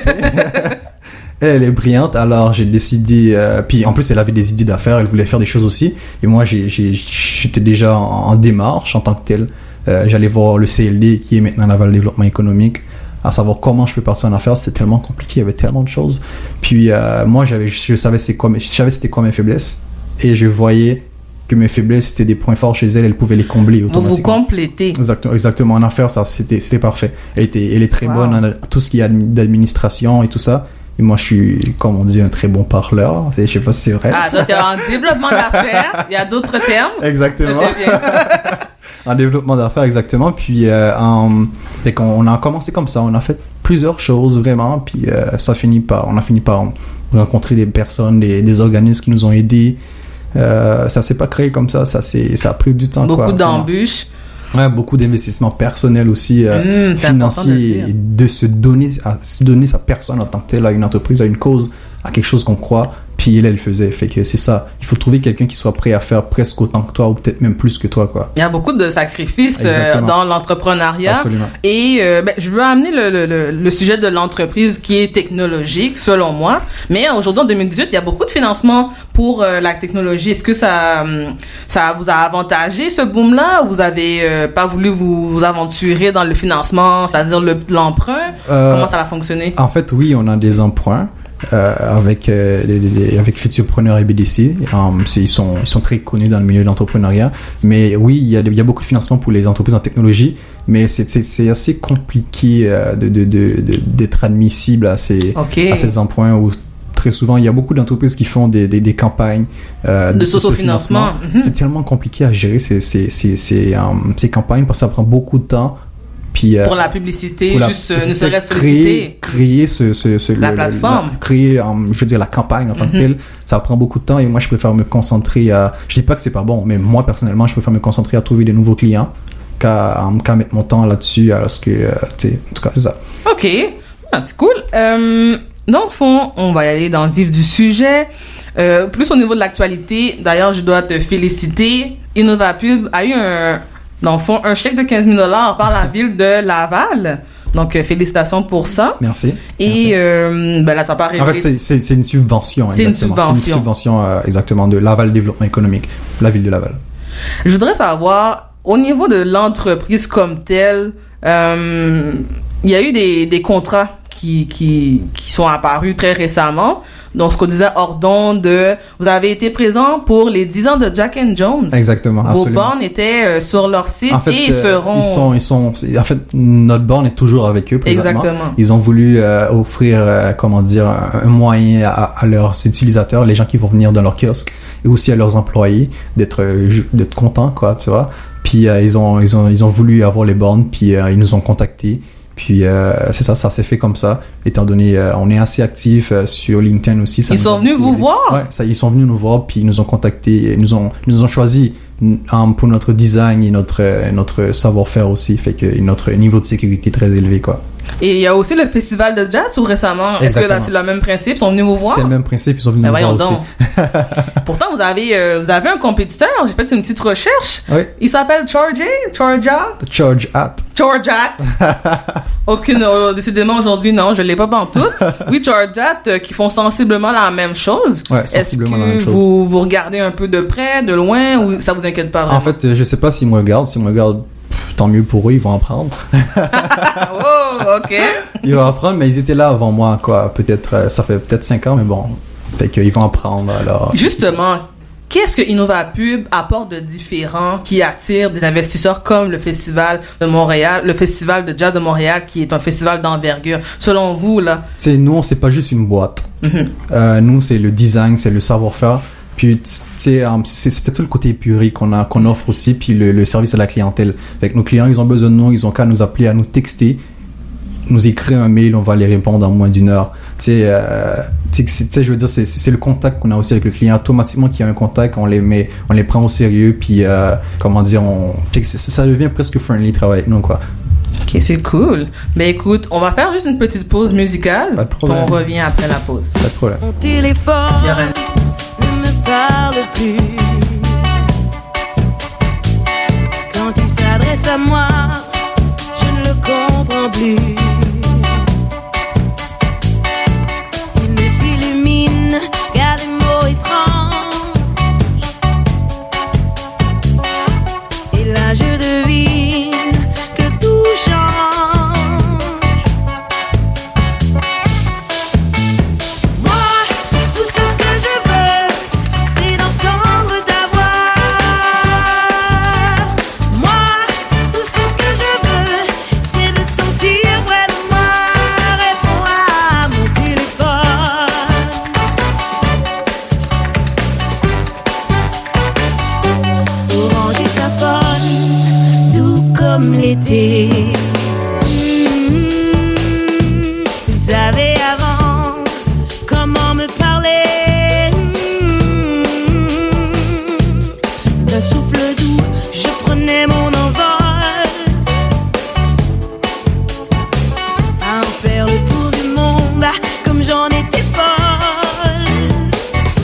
elle, elle est brillante. Alors, j'ai décidé. Euh, puis, en plus, elle avait des idées d'affaires. Elle voulait faire des choses aussi. Et moi, j'ai, j'ai, j'étais déjà en, en démarche en tant que tel. Euh, j'allais voir le C L D, qui est maintenant Laval Développement Économique, à savoir comment je peux partir en affaires. C'était tellement compliqué. Il y avait tellement de choses. Puis, euh, moi, j'avais, je savais c'est quoi, je savais c'était quoi mes faiblesses. Et je voyais que mes faiblesses c'était des points forts chez elle, elle pouvait les combler automatiquement. Vous vous complétez. Exactement, exactement. En affaires, ça c'était c'était parfait. Elle était, elle est très wow. bonne en tout ce qui est d'administration et tout ça. Et moi, je suis, comme on dit, un très bon parleur. Je sais pas si c'est vrai. Ah, toi, t'es en développement d'affaires. Il y a d'autres termes. Exactement. En développement d'affaires, exactement. Puis, euh, en, fait qu'on, on a commencé comme ça. On a fait plusieurs choses vraiment. Puis, euh, ça finit par, on a fini par rencontrer des personnes, des, des organismes qui nous ont aidés. Euh, ça s'est pas créé comme ça, ça, c'est, ça a pris du temps. Beaucoup quoi, d'embûches. Ouais, beaucoup d'investissements personnels aussi, euh, mmh, financiers, de, de se donner, à se donner sa personne en tant que telle à une entreprise, à une cause, à quelque chose qu'on croit. Puis elle, elle faisait. Fait que c'est ça. Il faut trouver quelqu'un qui soit prêt à faire presque autant que toi ou peut-être même plus que toi, quoi. Il y a beaucoup de sacrifices euh, dans l'entrepreneuriat. Absolument. Et euh, ben, je veux amener le, le, le, le sujet de l'entreprise qui est technologique, selon moi. Mais aujourd'hui, en deux mille dix-huit, il y a beaucoup de financement pour euh, la technologie. Est-ce que ça, ça vous a avantagé, ce boom-là, ou vous avez euh, pas voulu vous, vous aventurer dans le financement, c'est-à-dire le, l'emprunt? Euh, Comment ça a fonctionné? En fait, oui, on a des emprunts. Euh, avec euh, les, les, avec Futurpreneur et B D C, um, ils sont ils sont très connus dans le milieu de l'entrepreneuriat. Mais oui, il y a il y a beaucoup de financement pour les entreprises en technologie, mais c'est c'est c'est assez compliqué euh, de, de de de d'être admissible à ces okay. à ces emprunts où très souvent il y a beaucoup d'entreprises qui font des des, des campagnes euh, de, de socio-financement. Mm-hmm. C'est tellement compliqué à gérer ces ces ces ces, um, ces campagnes parce que ça prend beaucoup de temps. Puis, euh, pour la publicité, la, juste euh, ne serait-ce créer, créer ce, ce, ce la le, plateforme, le, la, créer, um, je veux dire la campagne en tant mm-hmm. que telle, ça prend beaucoup de temps et moi je préfère me concentrer à, je dis pas que c'est pas bon, mais moi personnellement je préfère me concentrer à trouver des nouveaux clients qu'à, um, qu'à mettre mon temps là-dessus, alors que, euh, tu sais, en tout cas c'est ça. Ok, ah, c'est cool. Euh, dans le fond, on va y aller dans le vif du sujet. Euh, plus au niveau de l'actualité, d'ailleurs je dois te féliciter. InnovaPub a eu un dans le fond, un chèque de quinze mille dollars par la ville de Laval. Donc, euh, félicitations pour ça. Merci. Et Merci. Euh, ben là, ça paraît. En fait, c'est, c'est, c'est une subvention. C'est exactement. une subvention. C'est une subvention, euh, exactement, de Laval Développement Économique, la ville de Laval. Je voudrais savoir, au niveau de l'entreprise comme telle, euh, il y a eu des, des contrats qui, qui, qui sont apparus très récemment. Donc, ce qu'on disait hors d'onde, de, vous avez été présent pour les dix ans de Jack and Jones. Exactement. Vos absolument. bornes étaient euh, sur leur site en fait, et ils euh, seront... Ils sont, ils sont, en fait, notre borne est toujours avec eux présentement. Exactement. Ils ont voulu euh, offrir, euh, comment dire, un, un moyen à, à leurs utilisateurs, les gens qui vont venir dans leur kiosque, et aussi à leurs employés d'être, d'être contents, quoi, tu vois. Puis euh, ils ont, ils ont, ils ont voulu avoir les bornes, puis euh, ils nous ont contactés. Puis euh, c'est ça, ça s'est fait comme ça, étant donné euh, on est assez actifs euh, sur LinkedIn aussi. Ça ils sont venus vous voir? Ouais, ça, ils sont venus nous voir, puis ils nous ont contactés, ils nous ont, ils nous ont choisi um, pour notre design et notre, euh, notre savoir-faire aussi, fait que notre niveau de sécurité très élevé, quoi. Et il y a aussi le festival de jazz ou récemment, est-ce que là c'est le même principe, ils sont venus vous voir? C'est le même principe, ils sont venus ben nous voir donc. aussi. Pourtant vous avez euh, vous avez un compétiteur, j'ai fait une petite recherche. Oui. Il s'appelle Charge, Charja. Charge at. Charge at. Aucune, euh, décidément aujourd'hui non, je l'ai pas pantoute. Oui, Charge at euh, qui font sensiblement la même chose. Ouais, sensiblement est-ce que la même chose. vous vous regardez un peu de près, de loin ou ça vous inquiète pas vraiment? En fait, je sais pas s'ils me regardent, s'ils me regardent, tant mieux pour eux, ils vont apprendre. Oh, ok. Ils vont apprendre, mais ils étaient là avant moi, quoi. Peut-être, euh, ça fait peut-être cinq ans, mais bon. Fait qu'ils vont apprendre, alors. Justement, qu'est-ce que InnovaPub apporte de différent qui attire des investisseurs comme le Festival de Montréal, le Festival de Jazz de Montréal, qui est un festival d'envergure? Selon vous, là? Tu sais, nous, c'est pas juste une boîte. Mm-hmm. Euh, nous, c'est le design, c'est le savoir-faire. Puis, tu sais, um, c'est, c'est tout le côté épuré qu'on a, qu'on offre aussi, puis le, le service à la clientèle. Avec nos clients, ils ont besoin de nous, ils ont qu'à nous appeler, à nous texter, nous écrire un mail, on va les répondre en moins d'une heure. Tu sais, euh, tu sais, je veux dire, c'est, c'est le contact qu'on a aussi avec le client. Automatiquement qu'il y a un contact, on les met, on les prend au sérieux, puis, euh, comment dire, on, ça devient presque friendly travailler avec nous, quoi. Ok, c'est cool. Mais écoute, on va faire juste une petite pause musicale. Pas de problème. On revient après la pause. Pas de problème. Mon téléphone ne me parle plus. Quand il s'adresse à moi, je ne le comprends plus. Il ne s'illumine qu'à des mots étranges. Et là je devine que tout change. Moi, tout ce que je veux, c'est d'entendre ta voix. Moi, tout ce que je veux, c'est de te sentir près de moi. Réponds à mon téléphone. Orange est ta folle, doux comme l'été. Mmh, ils savaient avant comment me parler. Mmh, d'un souffle doux, je prenais mon envol. À en faire le tour du monde, comme j'en étais folle.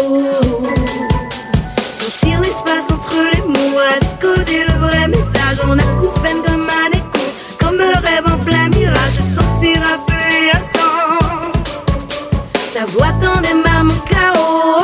Sentir l'espace entre les mots, à décoder le vrai message. On a couvert comme un écho, comme un rêve en plein mirage. Sentir à feu et à sang, ta voix dans des mains, mon chaos.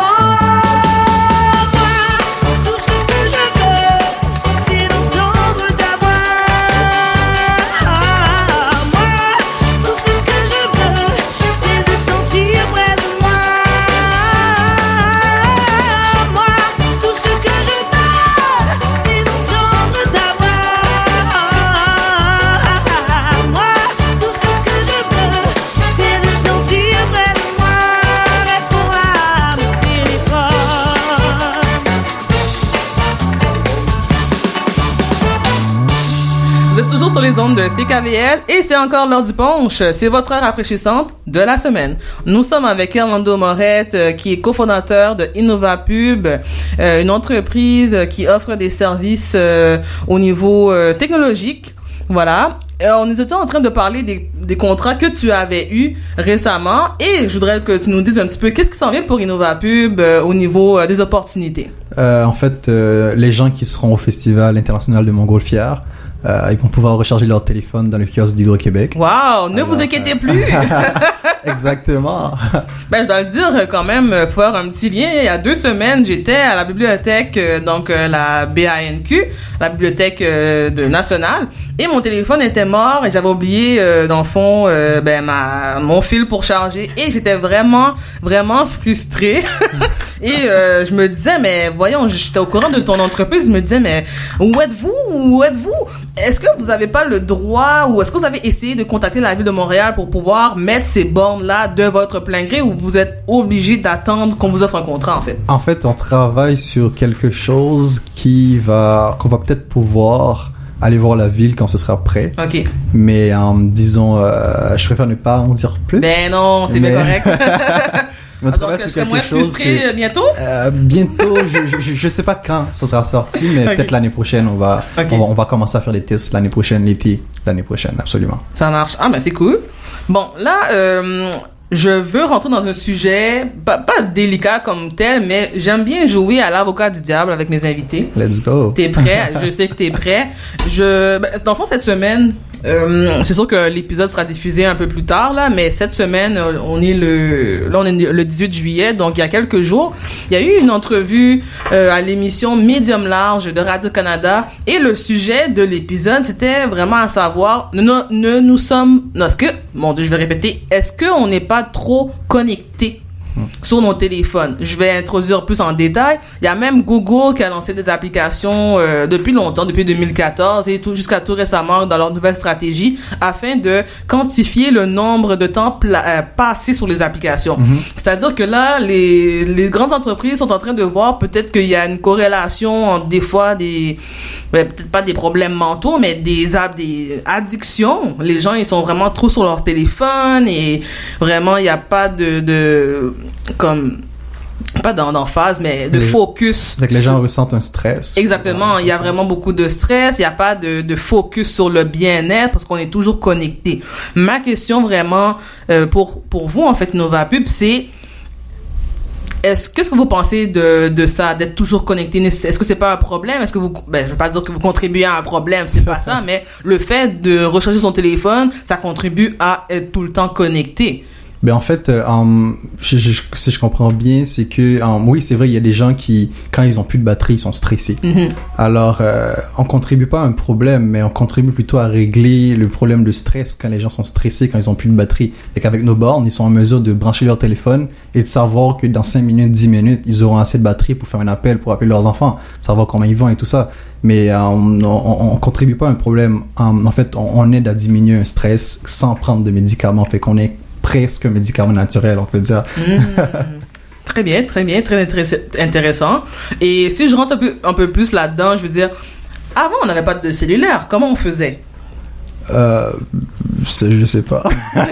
Sur les ondes de C K V L et c'est encore l'heure du punch. C'est votre heure rafraîchissante de la semaine. Nous sommes avec Armando Morette, euh, qui est cofondateur de InnovaPub, euh, une entreprise qui offre des services euh, au niveau euh, technologique. Voilà. Et on était en train de parler des, des contrats que tu avais eus récemment et je voudrais que tu nous dises un petit peu qu'est-ce qui s'en vient pour InnovaPub euh, au niveau euh, des opportunités. Euh, en fait, euh, les gens qui seront au Festival international de Montgolfière, Euh, ils vont pouvoir recharger leur téléphone dans le kiosque d'Hydro-Québec. Wow, ne Alors, vous inquiétez euh... plus. Exactement. Ben, je dois le dire quand même, pour faire un petit lien, il y a deux semaines, j'étais à la bibliothèque, euh, donc euh, la B A N Q, la bibliothèque euh, de nationale, et mon téléphone était mort et j'avais oublié, euh, dans le fond, euh, ben, ma, mon fil pour charger et j'étais vraiment, vraiment frustrée. Et euh, je me disais, mais voyons, j'étais au courant de ton entreprise, je me disais, mais où êtes-vous? Où êtes-vous? Est-ce que vous n'avez pas le droit ou est-ce que vous avez essayé de contacter la ville de Montréal pour pouvoir mettre ces bornes-là de votre plein gré ou vous êtes obligé d'attendre qu'on vous offre un contrat, en fait? En fait, on travaille sur quelque chose qui va, qu'on va peut-être pouvoir aller voir la ville quand ce sera prêt. OK. Mais en euh, disons, euh, je préfère ne pas en dire plus. Ben non, c'est mais... bien correct. Mais donc, je serai moins frustré que... bientôt? Euh, bientôt, je, je, je sais pas quand ça sera sorti, mais okay. Peut-être l'année prochaine, on va, okay. on va, on va commencer à faire des tests l'année prochaine, l'été, l'année prochaine, absolument. Ça marche. Ah, ben c'est cool. Bon, là, euh, je veux rentrer dans un sujet, pas, pas délicat comme tel, mais j'aime bien jouer à l'avocat du diable avec mes invités. Let's go. T'es prêt? Je sais que t'es prêt. Je, ben, dans le fond, cette semaine, Euh, c'est sûr que l'épisode sera diffusé un peu plus tard là, mais cette semaine on est le là on est le dix-huit juillet, donc il y a quelques jours, il y a eu une entrevue euh, à l'émission Médium Large de Radio-Canada et le sujet de l'épisode c'était vraiment à savoir ne, ne nous sommes non, est-ce que mon Dieu je vais répéter est-ce que on n'est pas trop connecté sur nos téléphones. Je vais introduire plus en détail. Il y a même Google qui a lancé des applications euh, depuis longtemps, depuis deux mille quatorze et tout jusqu'à tout récemment dans leur nouvelle stratégie afin de quantifier le nombre de temps pla- euh, passé sur les applications. Mm-hmm. C'est-à-dire que là, les, les grandes entreprises sont en train de voir peut-être qu'il y a une corrélation entre des fois des ouais, peut-être pas des problèmes mentaux, mais des, des addictions. Les gens, ils sont vraiment trop sur leur téléphone et vraiment, il n'y a pas de, de comme pas d'emphase mais de les, focus. Avec les gens ressentent un stress. Exactement, il y a vraiment beaucoup de stress, il n'y a pas de, de focus sur le bien-être parce qu'on est toujours connecté. Ma question vraiment euh, pour pour vous en fait InnovaPub, c'est est-ce qu'est-ce que vous pensez de de ça, d'être toujours connecté? Est-ce que c'est pas un problème? Est-ce que vous ben je veux pas dire que vous contribuez à un problème, c'est pas ça, mais le fait de recharger son téléphone, ça contribue à être tout le temps connecté. Ben en fait, euh, um, je, je, si je comprends bien, c'est que um, oui, c'est vrai, il y a des gens qui, quand ils ont plus de batterie, ils sont stressés. Mm-hmm. Alors, euh, on contribue pas à un problème, mais on contribue plutôt à régler le problème de stress quand les gens sont stressés, quand ils ont plus de batterie. Et qu'avec nos bornes, ils sont en mesure de brancher leur téléphone et de savoir que dans cinq minutes, dix minutes, ils auront assez de batterie pour faire un appel, pour appeler leurs enfants, savoir comment ils vont et tout ça. Mais euh, on, on, on contribue pas à un problème. En, en fait, on, on aide à diminuer un stress sans prendre de médicaments. Fait qu'on est presque un médicament naturel, on peut dire. Mmh. Très bien, très bien, très intéressant. Et si je rentre un peu, un peu plus là-dedans, je veux dire, avant, on n'avait pas de cellulaire. Comment on faisait? Euh, je sais pas.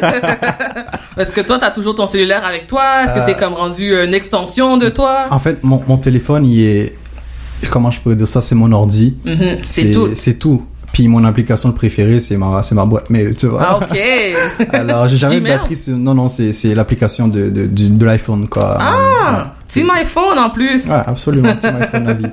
Est-ce que toi, t'as toujours ton cellulaire avec toi? Est-ce que euh, c'est comme rendu une extension de toi? En fait, mon, mon téléphone, il est... Comment je pourrais dire ça? C'est mon ordi. Mmh, c'est, c'est tout. C'est tout. Puis mon application préférée, c'est ma, c'est ma boîte mail, tu vois. Ah, ok. Alors, j'ai jamais de batterie sur... Non, non, c'est, c'est l'application de, de, de, de l'iPhone, quoi. Ah, Ah, Team iPhone en plus. Ouais, absolument, Team iPhone à vie.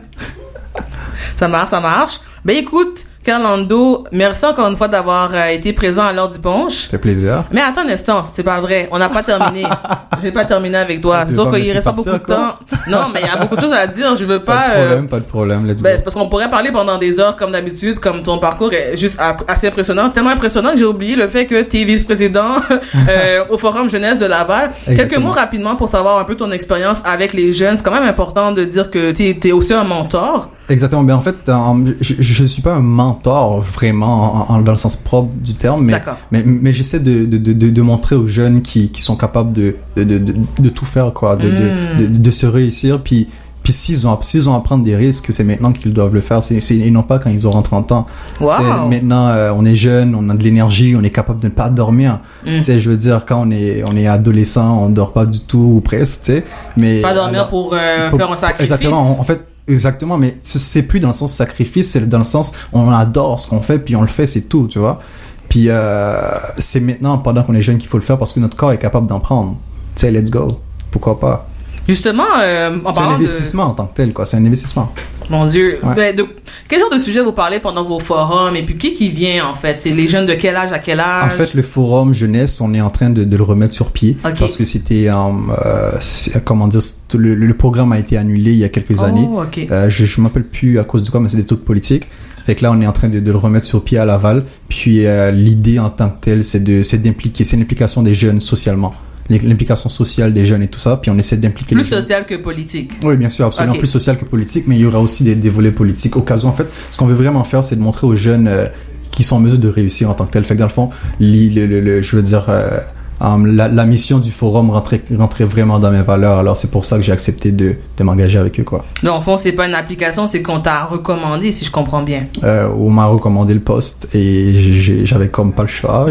Ça marche, ça marche. Ben écoute, Carlando, merci encore une fois d'avoir euh, été présent à l'heure du punch. Ça fait plaisir. Mais attends un instant, c'est pas vrai, on n'a pas terminé. Je vais pas terminer avec toi. Ah, c'est sûr qu'il reste pas beaucoup de temps. Non, mais il y a beaucoup de choses à dire. Je veux pas. Pas de problème, euh, pas de problème. Let's ben, go. c'est parce qu'on pourrait parler pendant des heures comme d'habitude, comme ton parcours est juste ap- assez impressionnant, tellement impressionnant que j'ai oublié le fait que tu es vice-président euh, au Forum Jeunesse de Laval. Exactement. Quelques mots rapidement pour savoir un peu ton expérience avec les jeunes. C'est quand même important de dire que tu es aussi un mentor. Exactement. Ben en fait, euh, je, je suis pas un mentor vraiment en, en, dans le sens propre du terme, mais D'accord. mais, mais j'essaie de, de, de, de montrer aux jeunes qui, qui sont capables de, de, de, de, de tout faire, quoi, de, Mm. de, de, de se réussir. Puis puis s'ils ont s'ils ont à prendre des risques, c'est maintenant qu'ils doivent le faire. C'est, c'est et non pas quand ils auront trente ans. Wow. C'est, maintenant, euh, on est jeune, on a de l'énergie, on est capable de ne pas dormir. Mm. Tu sais, je veux dire, quand on est on est adolescent, on dort pas du tout ou presque, tu sais. Mais Pas dormir alors, pour, euh, pour- faire un sacrifice. Exactement. En, en fait. Exactement, mais ce- c'est plus dans le sens sacrifice, c'est dans le sens on adore ce qu'on fait puis on le fait, c'est tout, tu vois. Puis euh, c'est maintenant pendant qu'on est jeune qu'il faut le faire parce que notre corps est capable d'en prendre. Tu sais, let's go. Pourquoi pas? Justement, euh, en C'est un parlant investissement en tant que tel, quoi. C'est un investissement. de... Mon Dieu. Ouais. Ben, de... Quel genre de sujet vous parlez pendant vos forums? Et puis, qui qui vient, en fait? C'est les jeunes de quel âge à quel âge? En fait, le forum jeunesse, on est en train de, de le remettre sur pied Ok. parce que c'était, euh, euh, c'est- comment dire, c'est- le, le programme a été annulé il y a quelques Oh, années. ok. Euh, je je m'appelle plus à cause de quoi, mais c'est des trucs politiques. Fait que là, on est en train de, de le remettre sur pied à Laval. Puis euh, l'idée en tant que telle, c'est de, c'est d'impliquer, c'est l'implication des jeunes socialement, l'implication sociale des jeunes et tout ça. Puis on essaie d'impliquer Plus les jeunes. social que politique. Oui, bien sûr, absolument. Ok. Plus social que politique, mais il y aura aussi des, des volets politiques. Au cas où, en fait, ce qu'on veut vraiment faire, c'est de montrer aux jeunes euh, qui sont en mesure de réussir en tant que tel. Fait que dans le fond, li- le, le, le- je veux dire, euh, um, la, la mission du forum rentrait, rentrait vraiment dans mes valeurs. Alors c'est pour ça que j'ai accepté de, de m'engager avec eux, quoi. Donc, au fond, c'est pas une application, c'est qu'on t'a recommandé, si je comprends bien. Euh, on m'a recommandé le poste et j'ai- j'avais comme pas le choix.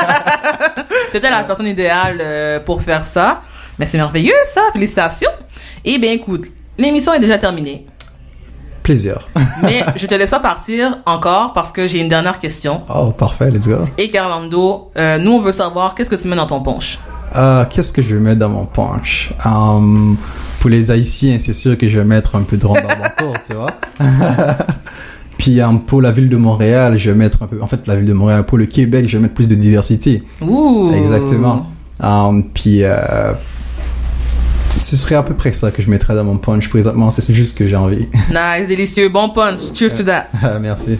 T'étais la personne idéale euh, pour faire ça. Mais c'est merveilleux, ça. Félicitations. Eh bien, écoute, l'émission est déjà terminée. Plaisir. Mais je te laisse pas partir encore parce que j'ai une dernière question. Oh, parfait, let's go. Et Carlando, euh, nous, on veut savoir qu'est-ce que tu mets dans ton punch. Euh, qu'est-ce que je vais mettre dans mon punch? Um, pour les Haïtiens, c'est sûr que je vais mettre un peu de rond dans mon tour, tu vois. Puis um, pour la ville de Montréal, je vais mettre un peu... En fait, la ville de Montréal, pour le Québec, je vais mettre plus de diversité. Ouh! Exactement. Um, puis... Euh, ce serait à peu près ça que je mettrais dans mon punch présentement. C'est c'est juste ce que j'ai envie. Nice, délicieux. Bon punch. Cheers to that. Merci.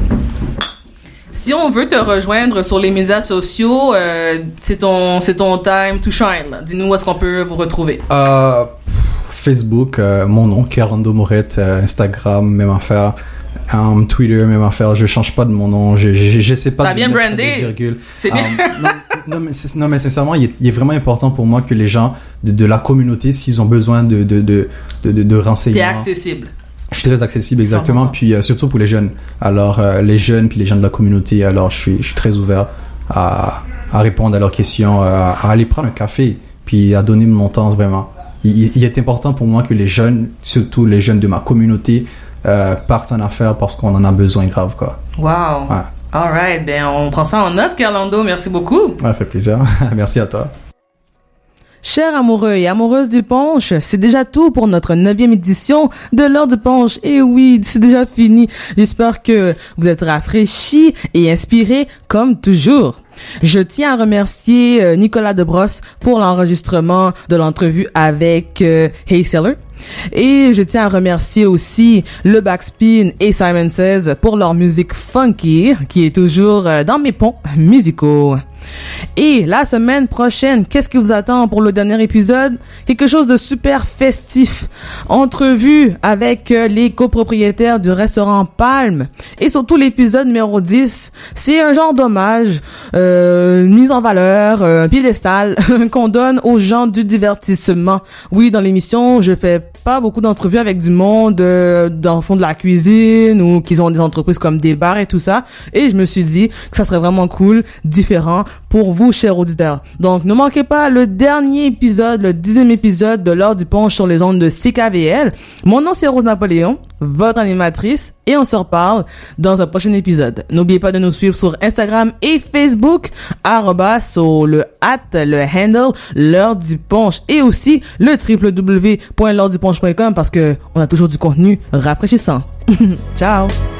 Si on veut te rejoindre sur les médias sociaux, euh, c'est ton, c'est ton time to shine. là. Dis-nous où est-ce qu'on peut vous retrouver. Euh, Facebook, euh, mon nom, Carlando Morette, euh, Instagram, même affaire. Um, Twitter, même affaire. Je change pas de mon nom. Je, je, j'essaie pas T'as de bien mettre brandé. des virgules. C'est bien. Um, non, non, mais c'est- non, mais sincèrement, il est, il est vraiment important pour moi que les gens de, de la communauté, s'ils ont besoin de, de, de, de, de, de renseignements. T'es accessible. Je suis très accessible, exactement. cent pour cent. Puis euh, surtout pour les jeunes. Alors, euh, les jeunes, puis les gens de la communauté. Alors, je suis, je suis très ouvert à, à répondre à leurs questions, euh, à aller prendre un café, puis à donner mon temps vraiment. Il, il est important pour moi que les jeunes, surtout les jeunes de ma communauté, euh, partent en affaires parce qu'on en a besoin grave, quoi. Wow. Ouais. Alright, ben on prend ça en note, Carlando. Merci beaucoup. Ça fait plaisir. Merci à toi. Chers amoureux et amoureuses du punch, c'est déjà tout pour notre neuvième édition de l'heure du punch. Et oui, c'est déjà fini. J'espère que vous êtes rafraîchis et inspirés comme toujours. Je tiens à remercier euh, Nicolas Debrosse pour l'enregistrement de l'entrevue avec euh, Hey Seller. Et je tiens à remercier aussi le Backspin et Simon Says pour leur musique funky qui est toujours euh, dans mes ponts musicaux. Et la semaine prochaine, qu'est-ce qui vous attend pour le dernier épisode? Quelque chose de super festif. Entrevue avec euh, les copropriétaires du restaurant Palme. Et surtout l'épisode numéro dix. C'est un genre d'hommage, euh, mise en valeur, euh, un piédestal qu'on donne aux gens du divertissement. Oui, dans l'émission, je fais pas beaucoup d'entrevues avec du monde euh, dans le fond de la cuisine ou qui ont des entreprises comme des bars et tout ça. Et je me suis dit que ça serait vraiment cool, différent pour vous, chers auditeurs. Donc, ne manquez pas le dernier épisode, le dixième épisode de l'heure du punch sur les ondes de C K V L. Mon nom, c'est Rose Napoléon. votre animatrice, et on se reparle dans un prochain épisode. N'oubliez pas de nous suivre sur Instagram et Facebook, arrobas, sur le at, le handle, l'heure du punch, et aussi le w w w point l'heure du punch point com parce que on a toujours du contenu rafraîchissant. Ciao!